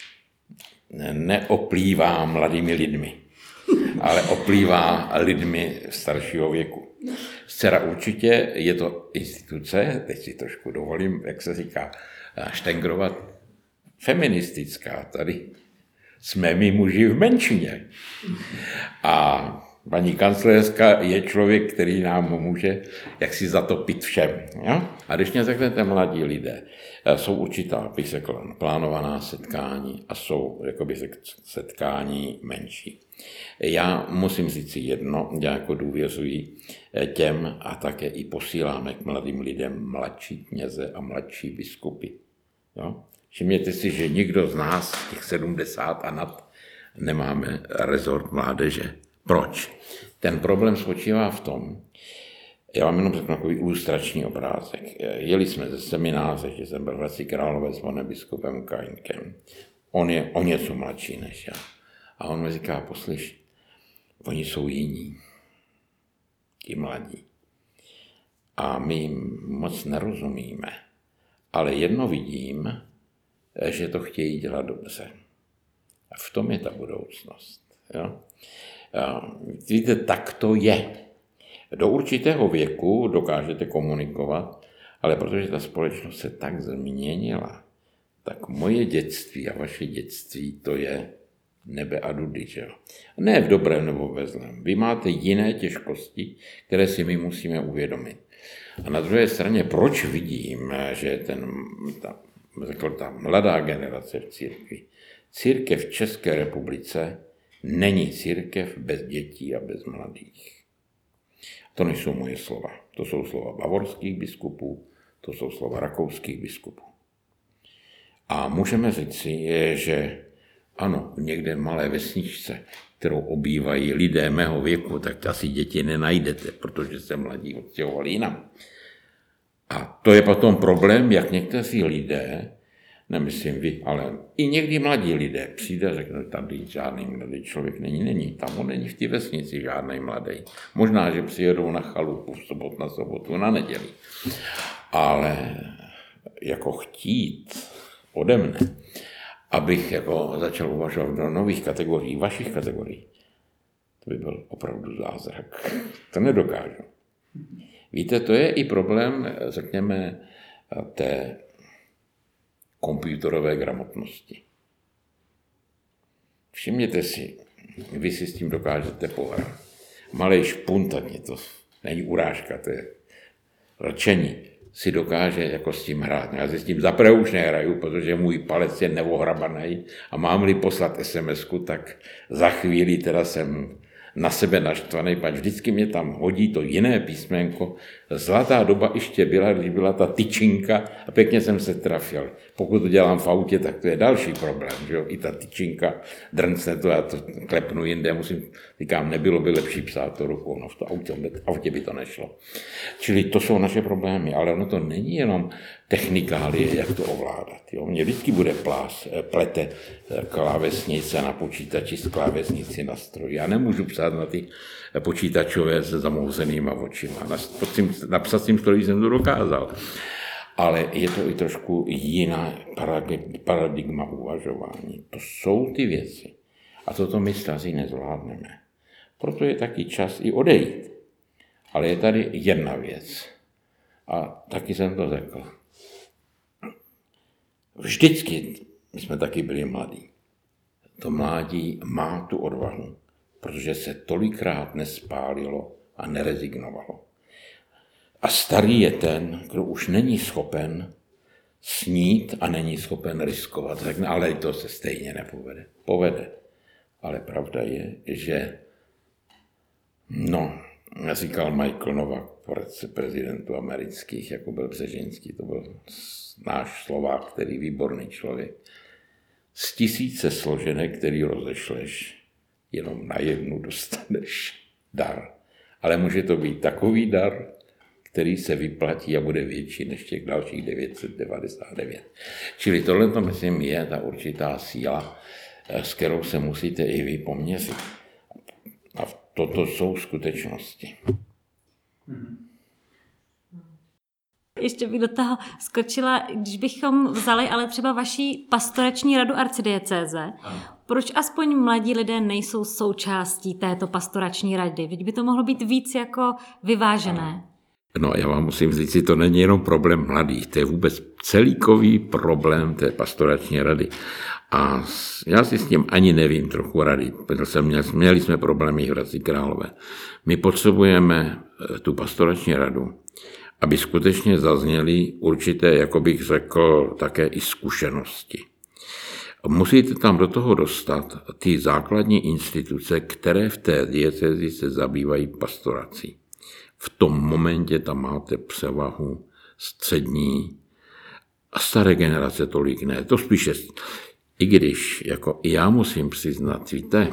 neoplývá mladými lidmi, ale oplývá lidmi staršího věku. Zcela určitě je to instituce, teď si trošku dovolím, jak se říká, štengrovat, feministická. Tady jsme my muži v menšině. A paní kancléřka je člověk, který nám může jaksi zatopit všem. Jo? A když mě řeknete mladí lidé, jsou určitá, bych řekl, plánovaná setkání a jsou, jako bych řekl, setkání menší. Já musím říct si jedno, já jako důvěřuji těm a také i posíláme k mladým lidem mladší kněze a mladší biskupy. Jo? Všimněte si, že nikdo z nás, těch 70 a nad, nemáme rezort mládeže. Proč? Ten problém spočívá v tom, já vám jenom řeknu takový ilustrační obrázek. Jeli jsme ze semináře, že jsem byl v Hradci Králové s panem biskupem Kaňkem. On je o něco mladší než já. A on mi říká, poslyš, oni jsou jiní, ti mladí. A my jim moc nerozumíme. Ale jedno vidím, že to chtějí dělat dobře. A v tom je ta budoucnost. Jo? Víte, tak to je. Do určitého věku dokážete komunikovat, ale protože ta společnost se tak změnila, tak moje dětství a vaše dětství, to je nebe a dudy. Že? Ne v dobrém nebo ve zlém. Vy máte jiné těžkosti, které si my musíme uvědomit. A na druhé straně, proč vidím, že ta mladá generace v církvi, církev v České republice není církev bez dětí a bez mladých. To nejsou moje slova. To jsou slova bavorských biskupů, to jsou slova rakouských biskupů. A můžeme říci, že ano, někde malé vesničce, kterou obývají lidé mého věku, tak asi děti nenajdete, protože se mladí odstěhovali jinam. A to je potom problém, jak někteří lidé, nemyslím vy, ale i někdy mladí lidé přijde a řekne, tady žádný mladý člověk není. Tam on není v té vesnici žádný mladý. Možná, že přijedou na chalupu na sobotu, na neděli. Ale jako chtít ode mne, abych jako začal uvažovat do nových kategorií, vašich kategorií, to by byl opravdu zázrak. To nedokážu. Víte, to je i problém, řekněme, té komputerové gramotnosti. Všimněte si, vy si s tím dokážete pohrát. Malej špuntatně, to není urážka, to je rčení, si dokáže jako s tím hrát. Já si s tím zaprvé už nehraju, protože můj palec je neohrabaný a mám-li poslat SMS-ku, tak za chvíli teda jsem na sebe naštvaný, pač vždycky mě tam hodí to jiné písmenko. Zlatá doba ještě byla, když byla ta tyčinka a pěkně jsem se trafil. Pokud to dělám v autě, tak to je další problém, že jo? I ta tyčinka, drncne to, já to klepnu jinde, říkám, nebylo by lepší psát to rukou, no v to autě by to nešlo. Čili to jsou naše problémy, ale ono to není jenom technikálie, jak to ovládat. Jo? Mně vždycky bude plete klávesnice na počítači s klávesnici na stroji. Já nemůžu psát na ty počítačové se zamouzenýma očima. Na psacím stroji jsem to dokázal. Ale je to i trošku jiná paradigma uvažování. To jsou ty věci. A toto my staří nezvládneme. Proto je taky čas i odejít. Ale je tady jedna věc. A taky jsem to řekl. Vždycky my jsme taky byli mladí. To mládí má tu odvahu, protože se tolikrát nespálilo a nerezignovalo. A starý je ten, kdo už není schopen snít a není schopen riskovat. Řekne, ale to se stejně nepovede. Povede. Ale pravda je, že říkal Michael Novak, poradce prezidentů amerických, jako byl Břežinský, to byl náš Slovák, který výborný člověk. Z 1000 složenek, který rozešleš, jenom na jednu dostaneš dar. Ale může to být takový dar, který se vyplatí a bude větší než těch dalších 999. Čili tohle to, myslím, je ta určitá síla, s kterou se musíte i vy poměřit. A toto jsou skutečnosti. Ještě bych do toho skočila, když bychom vzali ale třeba vaší pastorační radu arcidiecéze, proč aspoň mladí lidé nejsou součástí této pastorační rady? Vždyť by to mohlo být víc jako vyvážené. No, já vám musím říct, že to není jenom problém mladých, to je vůbec celkový problém té pastorační rady. A já si s tím ani nevím trochu rady, protože měli jsme problémy v Hradci Králové. My potřebujeme tu pastorační radu, aby skutečně zazněly určité, jako bych řekl, také i zkušenosti. Musíte tam do toho dostat ty základní instituce, které v té diecézi se zabývají pastorací. V tom momentě tam máte převahu střední a staré generace tolik ne. To spíše, i když jako já musím přiznat, víte,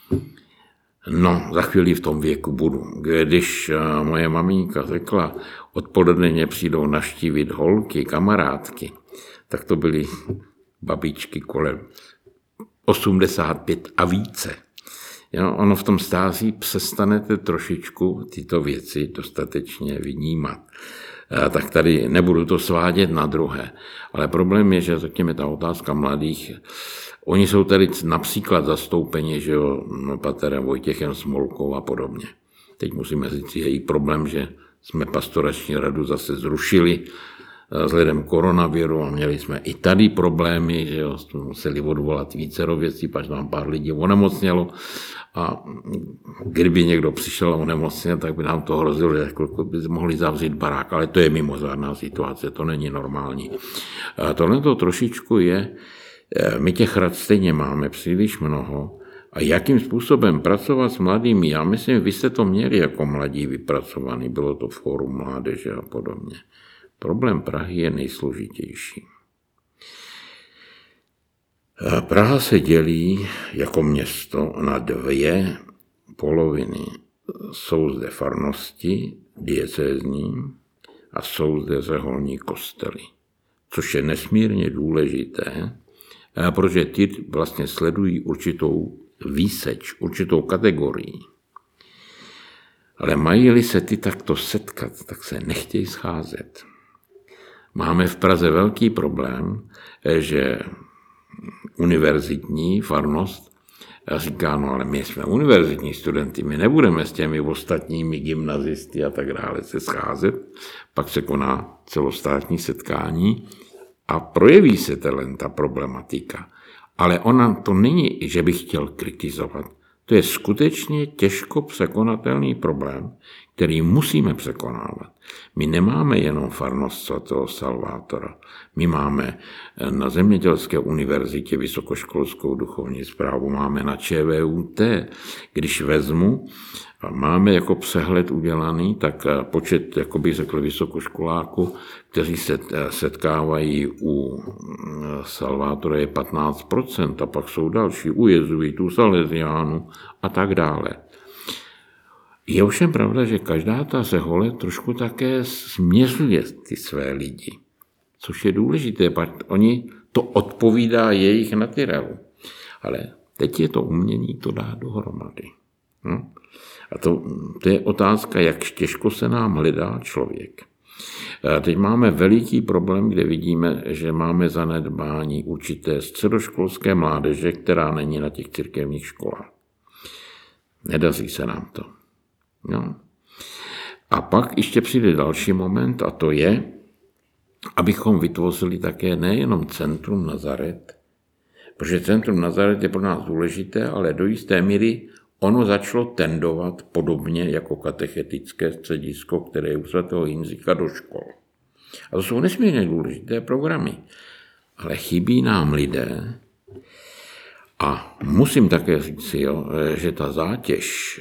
za chvíli v tom věku budu. Když moje maminka řekla, odpoledne přijdou navštívit holky, kamarádky, tak to byly babičky kolem 85 a více. Jo, ono v tom stáří přestanete trošičku tyto věci dostatečně vnímat. Tak tady nebudu to svádět na druhé. Ale problém je, že řekněme ta otázka mladých, oni jsou tady například zastoupeni, že jo, paterem Vojtěchem Smolkou a podobně. Teď musíme říct, je i problém, že jsme pastorační radu zase zrušili vzhledem koronaviru a měli jsme i tady problémy, že jo, museli odvolat vícero věcí, pak nám pár lidí onemocnělo a kdyby někdo přišel a onemocněl, tak by nám to hrozilo, že by mohli zavřít barák, ale to je mimořádná situace, to není normální. A tohle to trošičku je, my těch rad stejně máme příliš mnoho a jakým způsobem pracovat s mladými, já myslím, vy jste to měli jako mladí vypracovaný, bylo to fórum mládeže a podobně. Problém Prahy je nejsložitější. Praha se dělí jako město na dvě poloviny. Jsou zde farnosti diecézní a jsou zde řeholní kostely, což je nesmírně důležité, protože ty vlastně sledují určitou výseč, určitou kategorii. Ale mají-li se ty takto setkat, tak se nechtějí scházet. Máme v Praze velký problém, že univerzitní farnost říká, no ale my jsme univerzitní studenty, my nebudeme s těmi ostatními gymnazisty a tak dále se scházet, pak se koná celostátní setkání a projeví se ta problematika. Ale ona to není, že bych chtěl kritizovat, to je skutečně těžko překonatelný problém, který musíme překonávat. My nemáme jenom farnost svatého Salvátora. My máme na Zemědělské univerzitě vysokoškolskou duchovní správu, máme na ČVUT. Když vezmu, máme jako přehled udělaný, tak počet, jako bych řekl, vysokoškoláků, kteří se setkávají u Salvátora je 15%, a pak jsou další u jezuitů, salesiánů a tak dále. Je ovšem pravda, že každá ta řehole trošku také směřuje ty své lidi, což je důležité, protože oni to odpovídá jejich natyrelu. Ale teď je to umění to dá dohromady. No? A to je otázka, jak těžko se nám hledá člověk. A teď máme veliký problém, kde vidíme, že máme zanedbání určité středoškolské mládeže, která není na těch církevních školách. Nedaří se nám to. No. A pak ještě přijde další moment a to je, abychom vytvořili také nejenom Centrum Nazaret, protože Centrum Nazaret je pro nás důležité, ale do jisté míry ono začalo tendovat podobně jako katechetické středisko, které je u svatého Jindřicha do škol. A to jsou nesmírně důležité programy. Ale chybí nám lidé a musím také říct, že ta zátěž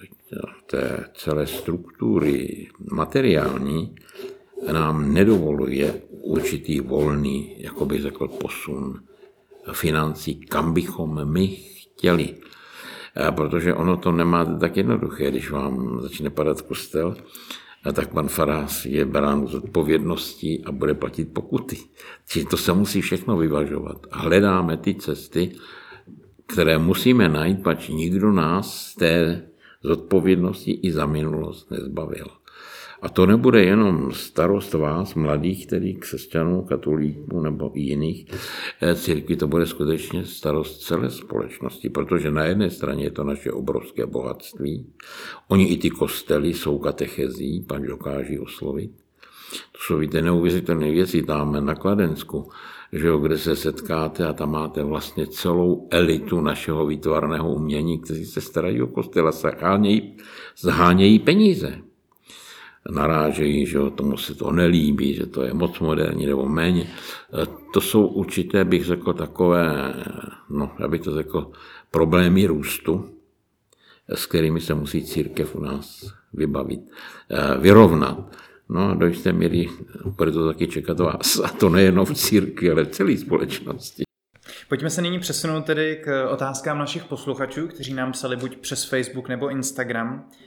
té celé struktury materiální nám nedovoluje určitý volný, jako bych řekl, posun financí, kam bychom my chtěli. Protože ono to nemáte tak jednoduché, když vám začne padat kostel, tak pan farář je brán z odpovědností a bude platit pokuty. Čiže to se musí všechno vyvažovat. Hledáme ty cesty, které musíme najít, pač nikdo nás z té zodpovědnosti i za minulost nezbavil. A to nebude jenom starost vás, mladých, tedy křesťanů, katolíků nebo i jiných církví, to bude skutečně starost celé společnosti, protože na jedné straně je to naše obrovské bohatství. Oni i ty kostely jsou katechezí, pan dokáží oslovit. To jsou, víte, neuvěřitelné věci tam na Kladensku, že jo, kde se setkáte a tam máte vlastně celou elitu našeho výtvarného umění, kteří se starají o kostel a zhánějí peníze. Narážejí, že jo, tomu se to nelíbí, že to je moc moderní nebo méně. To jsou určité, bych řekl, takové, no, já bych to řekl, problémy růstu, s kterými se musí církev u nás vybavit, vyrovnat. No a do jisté míry bude to taky čekat vás. A to nejenom v církvi, ale v celé společnosti. Pojďme se nyní přesunout tedy k otázkám našich posluchačů, kteří nám psali buď přes Facebook nebo Instagram.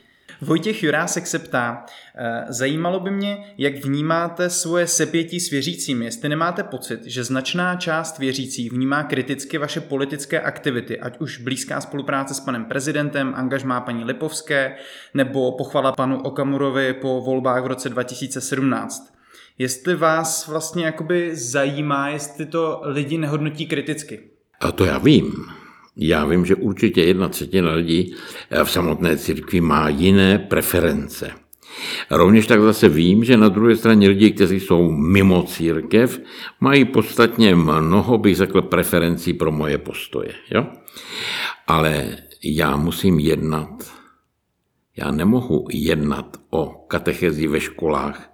Vojtěch Jurásek se ptá, zajímalo by mě, jak vnímáte svoje sepětí s věřícími, jestli nemáte pocit, že značná část věřících vnímá kriticky vaše politické aktivity, ať už blízká spolupráce s panem prezidentem, angažmá paní Lipovské, nebo pochvala panu Okamurovi po volbách v roce 2017. Jestli vás vlastně jakoby zajímá, jestli to lidi nehodnotí kriticky. A to já vím. Já vím, že určitě 1/3 lidí v samotné církvi má jiné preference. Rovněž tak zase vím, že na druhé straně lidi, kteří jsou mimo církev, mají podstatně mnoho, bych řekl, preferencí pro moje postoje. Jo? Ale já musím jednat. Já nemohu jednat o katechezi ve školách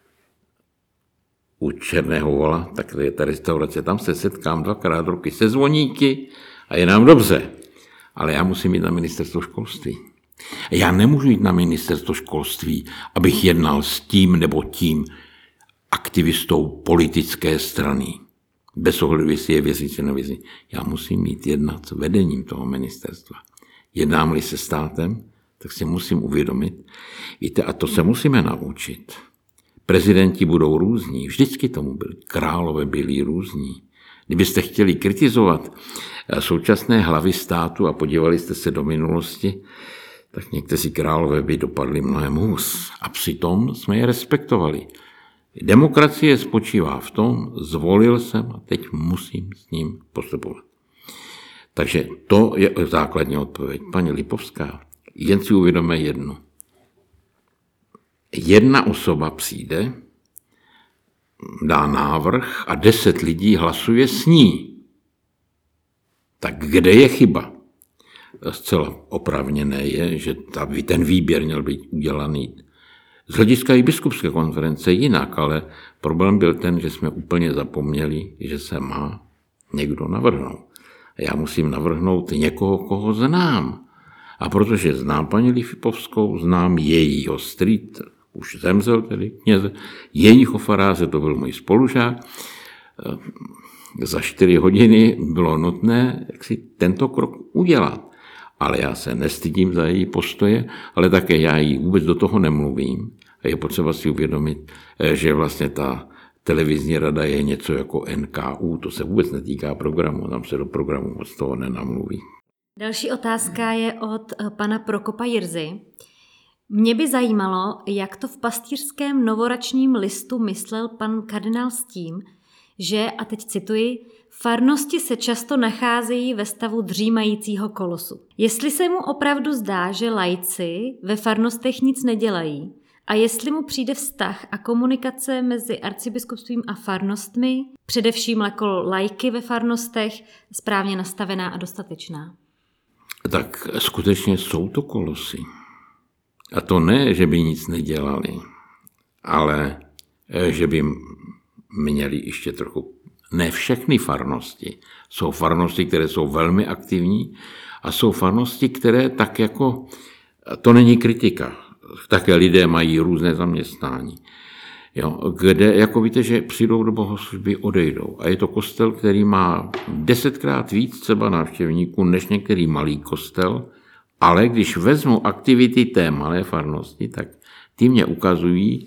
u Černého Vola, tak to je ta restaurace, tam se setkám 2krát roky se zvoníky a je nám dobře. Ale já musím jít na ministerstvo školství. Já nemůžu jít na ministerstvo školství, abych jednal s tím nebo tím aktivistou politické strany. Bez ohledu, jestli je věřící nebo nevěřící. Já musím jít jednat s vedením toho ministerstva. Jednám-li se státem, tak si musím uvědomit, víte, a to se musíme naučit. Prezidenti budou různí, vždycky tomu byli, králové byli různí. Kdybyste chtěli kritizovat současné hlavy státu a podívali jste se do minulosti, tak někteří králové by dopadli mnohem hůř. A přitom jsme je respektovali. Demokracie spočívá v tom, zvolil jsem a teď musím s ním postupovat. Takže to je základní odpověď. Paní Lipovská, jen si uvědomíme jedno. Jedna osoba přijde, dá návrh a 10 lidí hlasuje s ní. Tak kde je chyba? Zcela oprávněné je, že ten výběr měl být udělaný z hlediska i biskupské konference jinak, ale problém byl ten, že jsme úplně zapomněli, že se má někdo navrhnout. A já musím navrhnout někoho, koho znám. A protože znám paní Lipovskou, znám jejího street, už zemřel tedy kněze, jejího faráře, to byl můj spolužák, za 4 hodiny bylo nutné jak si tento krok udělat. Ale já se nestydím za její postoje, ale také já jí vůbec do toho nemluvím. A je potřeba si uvědomit, že vlastně ta televizní rada je něco jako NKÚ, to se vůbec netýká programu, tam se do programu moc toho nenamluví. Další otázka je od pana Prokopa Jirzy. Mě by zajímalo, jak to v pastýřském novoračním listu myslel pan kardinál s tím, že, a teď cituji, farnosti se často nacházejí ve stavu dřímajícího kolosu. Jestli se mu opravdu zdá, že laici ve farnostech nic nedělají, a jestli mu přijde vztah a komunikace mezi arcibiskupstvím a farnostmi, především jako laiky ve farnostech, správně nastavená a dostatečná. Tak skutečně jsou to kolosy. A to ne, že by nic nedělali, ale že by měli ještě trochu. Ne všechny farnosti. Jsou farnosti, které jsou velmi aktivní a jsou farnosti, které tak jako, to není kritika, také lidé mají různé zaměstnání. Jo, kde, jako víte, že přijdou do bohoslužby, odejdou. A je to kostel, který má 10krát víc třeba návštěvníků než některý malý kostel, ale když vezmu aktivity té malé farnosti, tak ty mě ukazují,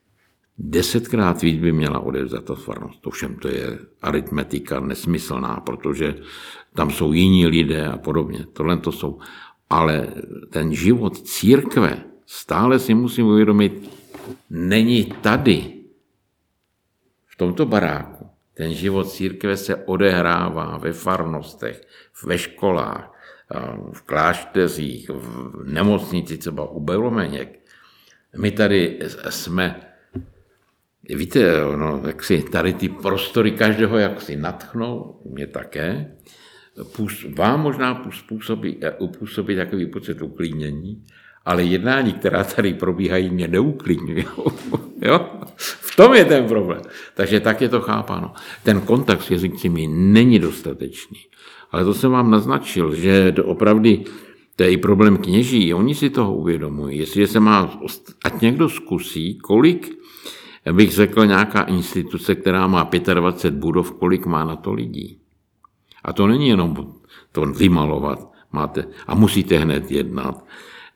10krát víc by měla odevzdat ta farnost. Ovšem to je aritmetika nesmyslná, protože tam jsou jiní lidé a podobně. Tohle to jsou. Ale ten život církve, stále si musím uvědomit, není tady, v tomto baráku. Ten život církve se odehrává ve farnostech, ve školách, v klášteřích, v nemocnici, třeba u Belomeněk. My tady jsme, víte, no, jak si tady ty prostory každého jak si nadchnou, mě také, vám možná upůsobí takový pocit uklidnění, ale jednání, která tady probíhají, mě neuklidňují. Jo? V tom je ten problém. Takže tak je to chápáno. Ten kontakt s věřícími není dostatečný. Ale to jsem vám naznačil, že opravdu to je i problém kněží. Oni si toho uvědomují. Jestli se má, ať někdo zkusí, kolik, bych řekl, nějaká instituce, která má 25 budov, kolik má na to lidí. A to není jenom to vymalovat. Máte, a musíte hned jednat.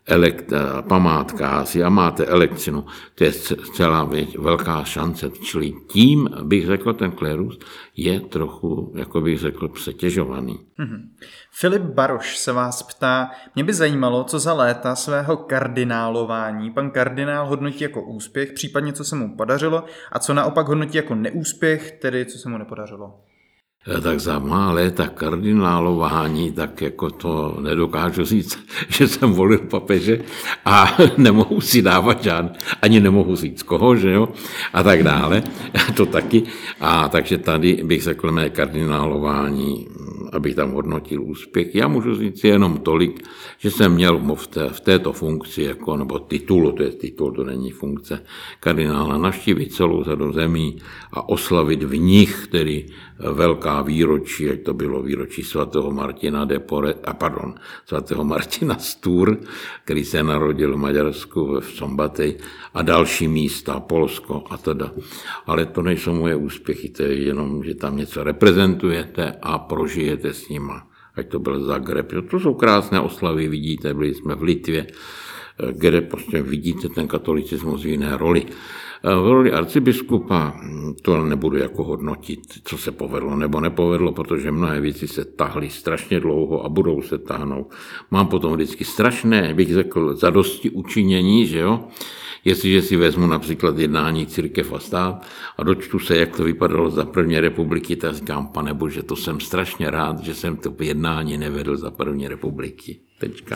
památkách a máte elektřinu, to je celá velká šance. Čili tím, bych řekl, ten klérus je trochu, jako bych řekl, přetěžovaný. Filip Baroš se vás ptá, mě by zajímalo, co za léta svého kardinálování pan kardinál hodnotí jako úspěch, případně co se mu podařilo, a co naopak hodnotí jako neúspěch, tedy co se mu nepodařilo. Tak za má léta kardinálování, tak jako to nedokážu říct, že jsem volil papeže a nemohu si dávat ani nemohu říct koho, že jo, a tak dále, to taky. A takže tady bych řekl mé kardinálování, abych tam hodnotil úspěch. Já můžu říct jenom tolik, že jsem měl v této funkci, jako, nebo titulu, to je titul, to není funkce kardinála, navštívit celou řadu zemí a oslavit v nich, tedy velká výročí, jak to bylo výročí svatého Martina svatého Martina z Tours, který se narodil v Maďarsku v Sombatej, a další místa, Polsko a teda. Ale to nejsou moje úspěchy, to je jenom, že tam něco reprezentujete a prožijete s nima. Ať to byl Zagreb. To jsou krásné oslavy, vidíte, byli jsme v Litvě, kde prostě vidíte ten katolicismus v jiné roli. V roli arcibiskupa to nebudu jako hodnotit, co se povedlo nebo nepovedlo, protože mnohé věci se tahly strašně dlouho a budou se táhnout. Mám potom vždycky strašné, bych řekl, zadosti učinění, že jo? Jestliže si vezmu například jednání Církev a stát a dočtu se, jak to vypadalo za první republiky, tak říkám, Pane Bože, to jsem strašně rád, že jsem to jednání nevedl za první republiky. Tečka.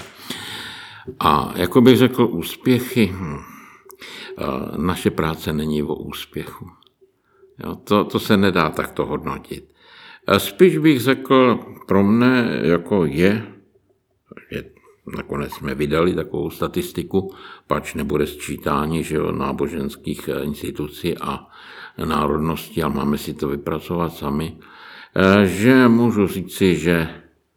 A jako bych řekl, úspěchy, naše práce není o úspěchu. Jo, to se nedá takto hodnotit. Spíš bych řekl, pro mne jako je nakonec jsme vydali takovou statistiku, pač nebude sčítání, že jo, náboženských institucí a národností, ale máme si to vypracovat sami, že můžu říci, že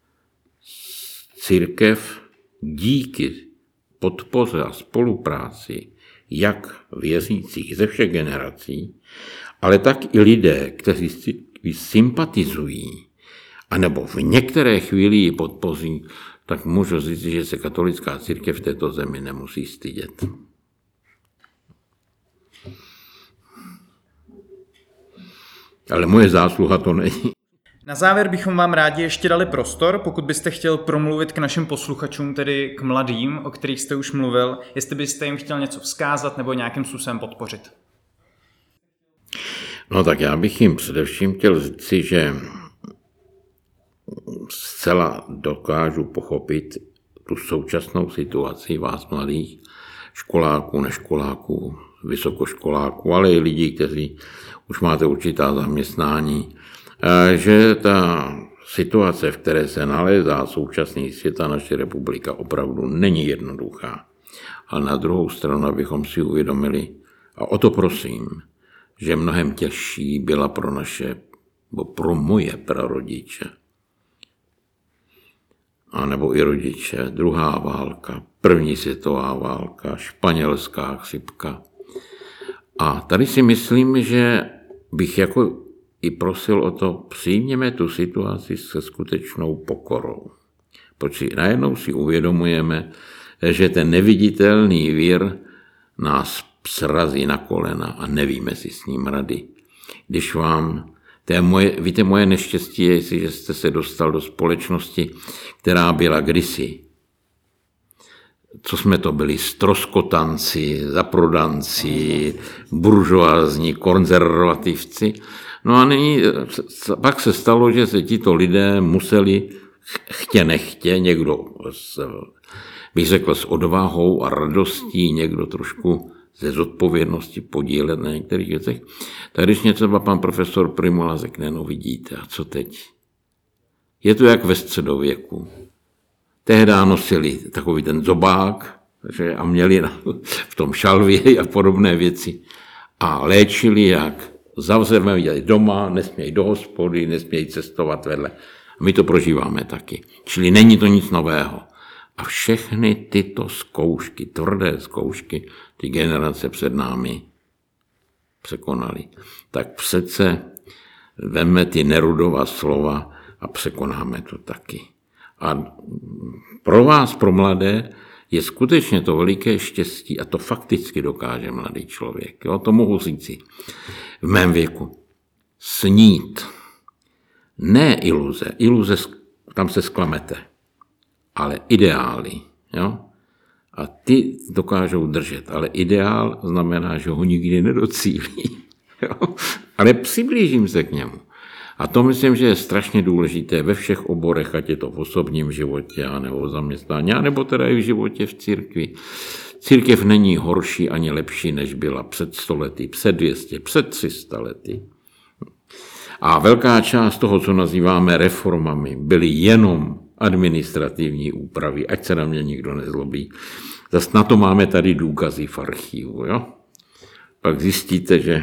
církev díky podpoře a spolupráci jak věřících ze všech generací, ale tak i lidé, kteří sympatizují, anebo v některé chvíli ji podpoří, tak můžu říct, že se katolická církev v této zemi nemusí stydět. Ale moje zásluha to není. Na závěr bychom vám rádi ještě dali prostor, pokud byste chtěl promluvit k našim posluchačům, tedy k mladým, o kterých jste už mluvil, jestli byste jim chtěl něco vzkázat nebo nějakým způsobem podpořit. No tak já bych jim především chtěl říci, že zcela dokážu pochopit tu současnou situaci vás mladých, školáků, neškoláků, vysokoškoláků, ale i lidí, kteří už máte určitá zaměstnání, že ta situace, v které se nalézá současný svět a naše republika, opravdu není jednoduchá. Ale na druhou stranu, abychom si uvědomili, a o to prosím, že mnohem těžší byla pro moje prarodiče, a nebo i rodiče, druhá válka, první světová válka, španělská chřipka. A tady si myslím, že bych jako i prosil o to, přijměme tu situaci se skutečnou pokorou. Protože najednou si uvědomujeme, že ten neviditelný vír nás srazí na kolena a nevíme si s ním rady. Když víte, moje neštěstí je, že jste se dostal do společnosti, která byla kdysi. Co jsme to byli? Stroskotanci, zaprodanci, buržoázní, konzervativci. No a pak se stalo, že se tito lidé museli chtě nechtě, někdo bych řekl s odvahou a radostí, někdo trošku ze zodpovědnosti podílet na některých věcech. Tak když mě třeba pan profesor Primula řekne, no vidíte, a co teď? Je to jak ve středověku. Tehdy nosili takový ten zobák, že, a měli v tom šalvě a podobné věci. A léčili jak? Zavřeme je doma, nesmějí do hospody, nesmějí cestovat vedle. My to prožíváme taky. Čili není to nic nového. A všechny tyto zkoušky, tvrdé zkoušky, ty generace před námi překonaly. Tak přece veme ty Nerudova slova a překonáme to taky. A pro vás, pro mladé, je skutečně to veliké štěstí a to fakticky dokáže mladý člověk. Jo? To mohu říci v mém věku. Snít. Ne iluze. Iluze, tam se zklamete. Ale ideály. Jo? A ty dokážou držet. Ale ideál znamená, že ho nikdy nedocílí. Jo? Ale přiblížím se k němu. A to myslím, že je strašně důležité ve všech oborech, ať je to v osobním životě, nebo v zaměstnání, nebo teda i v životě v církvi. Církev není horší ani lepší, než byla před 100 lety, před 200, před 300 lety. A velká část toho, co nazýváme reformami, byly jenom administrativní úpravy, ať se na mě nikdo nezlobí. Zas na to máme tady důkazy v archivu. Jo? Pak zjistíte, že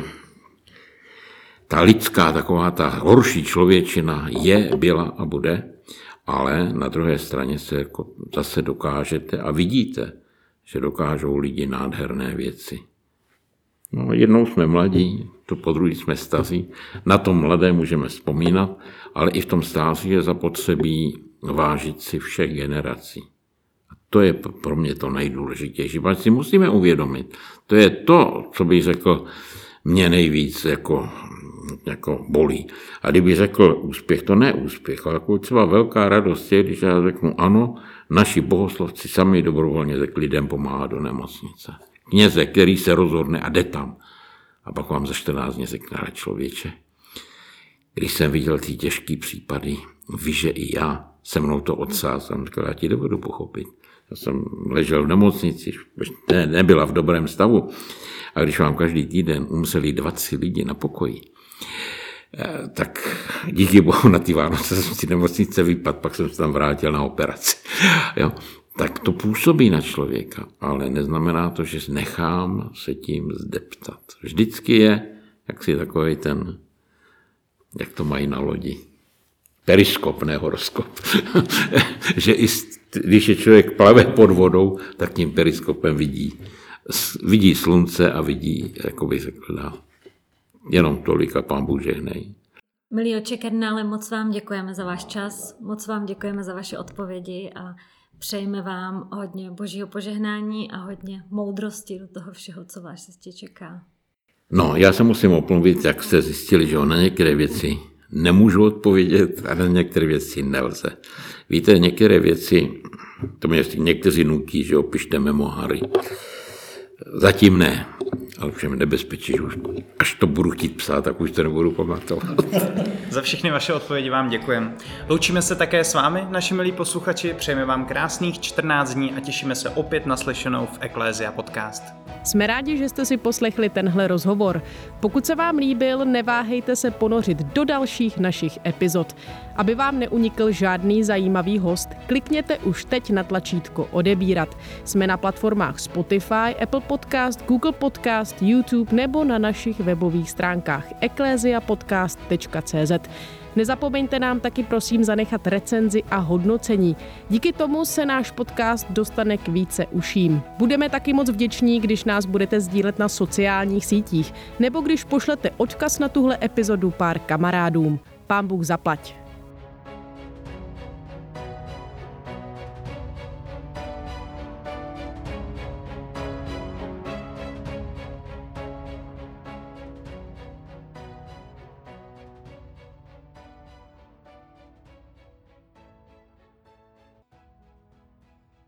ta lidská, taková ta horší člověčina byla a bude, ale na druhé straně se jako zase dokážete a vidíte, že dokážou lidi nádherné věci. No, jednou jsme mladí, to podruhé jsme staří, na tom mladé můžeme vzpomínat, ale i v tom stáří je zapotřebí vážit si všech generací. A to je pro mě to nejdůležitější, protože si musíme uvědomit. To je to, co bych řekl, mě nejvíc jako bolí. A kdyby řekl úspěch, to ne úspěch, ale jako třeba velká radost je, když já řeknu ano, naši bohoslovci sami dobrovolně řekli lidem pomáhat do nemocnice. Kněze, který se rozhodne a jde tam. A pak vám za 14 dní řekne, člověče, když jsem viděl ty těžký případy, víš, že i já, se mnou to odsázal, jsem říkal, já ti dovedu pochopit. Já jsem ležel v nemocnici, nebyla v dobrém stavu. A když vám každý týden museli 20 lidí na pokoji, tak díky bohu na ty Vánoce jsem si nemocnice vypadl, pak jsem se tam vrátil na operaci. Jo? Tak to působí na člověka, ale neznamená to, že nechám se tím zdeptat. Vždycky je, jak si takovej ten, jak to mají na lodi, periskop, ne horoskop. Že i když je člověk plave pod vodou, tak tím periskopem vidí slunce a vidí, jako bych řekl dál. Jenom tolik a Pán Bůh žehnej. Milý otče kardinále, moc vám děkujeme za váš čas, moc vám děkujeme za vaše odpovědi a přejeme vám hodně božího požehnání a hodně moudrosti do toho všeho, co vás cestě čeká. No, já se musím omluvit, jak jste zjistili, že na některé věci nemůžu odpovědět a na některé věci nelze. Víte, některé věci, to mě někteří nutí, že opište memoáry. Zatím ne, ale všem nebezpečí, že už až to budu chtít psát, tak už to nebudu pamatovat. Za všechny vaše odpovědi vám děkujeme. Loučíme se také s vámi, naši milí posluchači, přejeme vám krásných 14 dní a těšíme se opět na slyšenou v Ecclesia Podcast. Jsme rádi, že jste si poslechli tenhle rozhovor. Pokud se vám líbil, neváhejte se ponořit do dalších našich epizod. Aby vám neunikl žádný zajímavý host, klikněte už teď na tlačítko odebírat. Jsme na platformách Spotify, Apple Podcast, Google Podcast, YouTube nebo na našich webových stránkách ecclesiapodcast.cz. Nezapomeňte nám taky prosím zanechat recenzi a hodnocení. Díky tomu se náš podcast dostane k více uším. Budeme taky moc vděční, když nás budete sdílet na sociálních sítích, nebo když pošlete odkaz na tuhle epizodu pár kamarádům. Pán Bůh zaplať.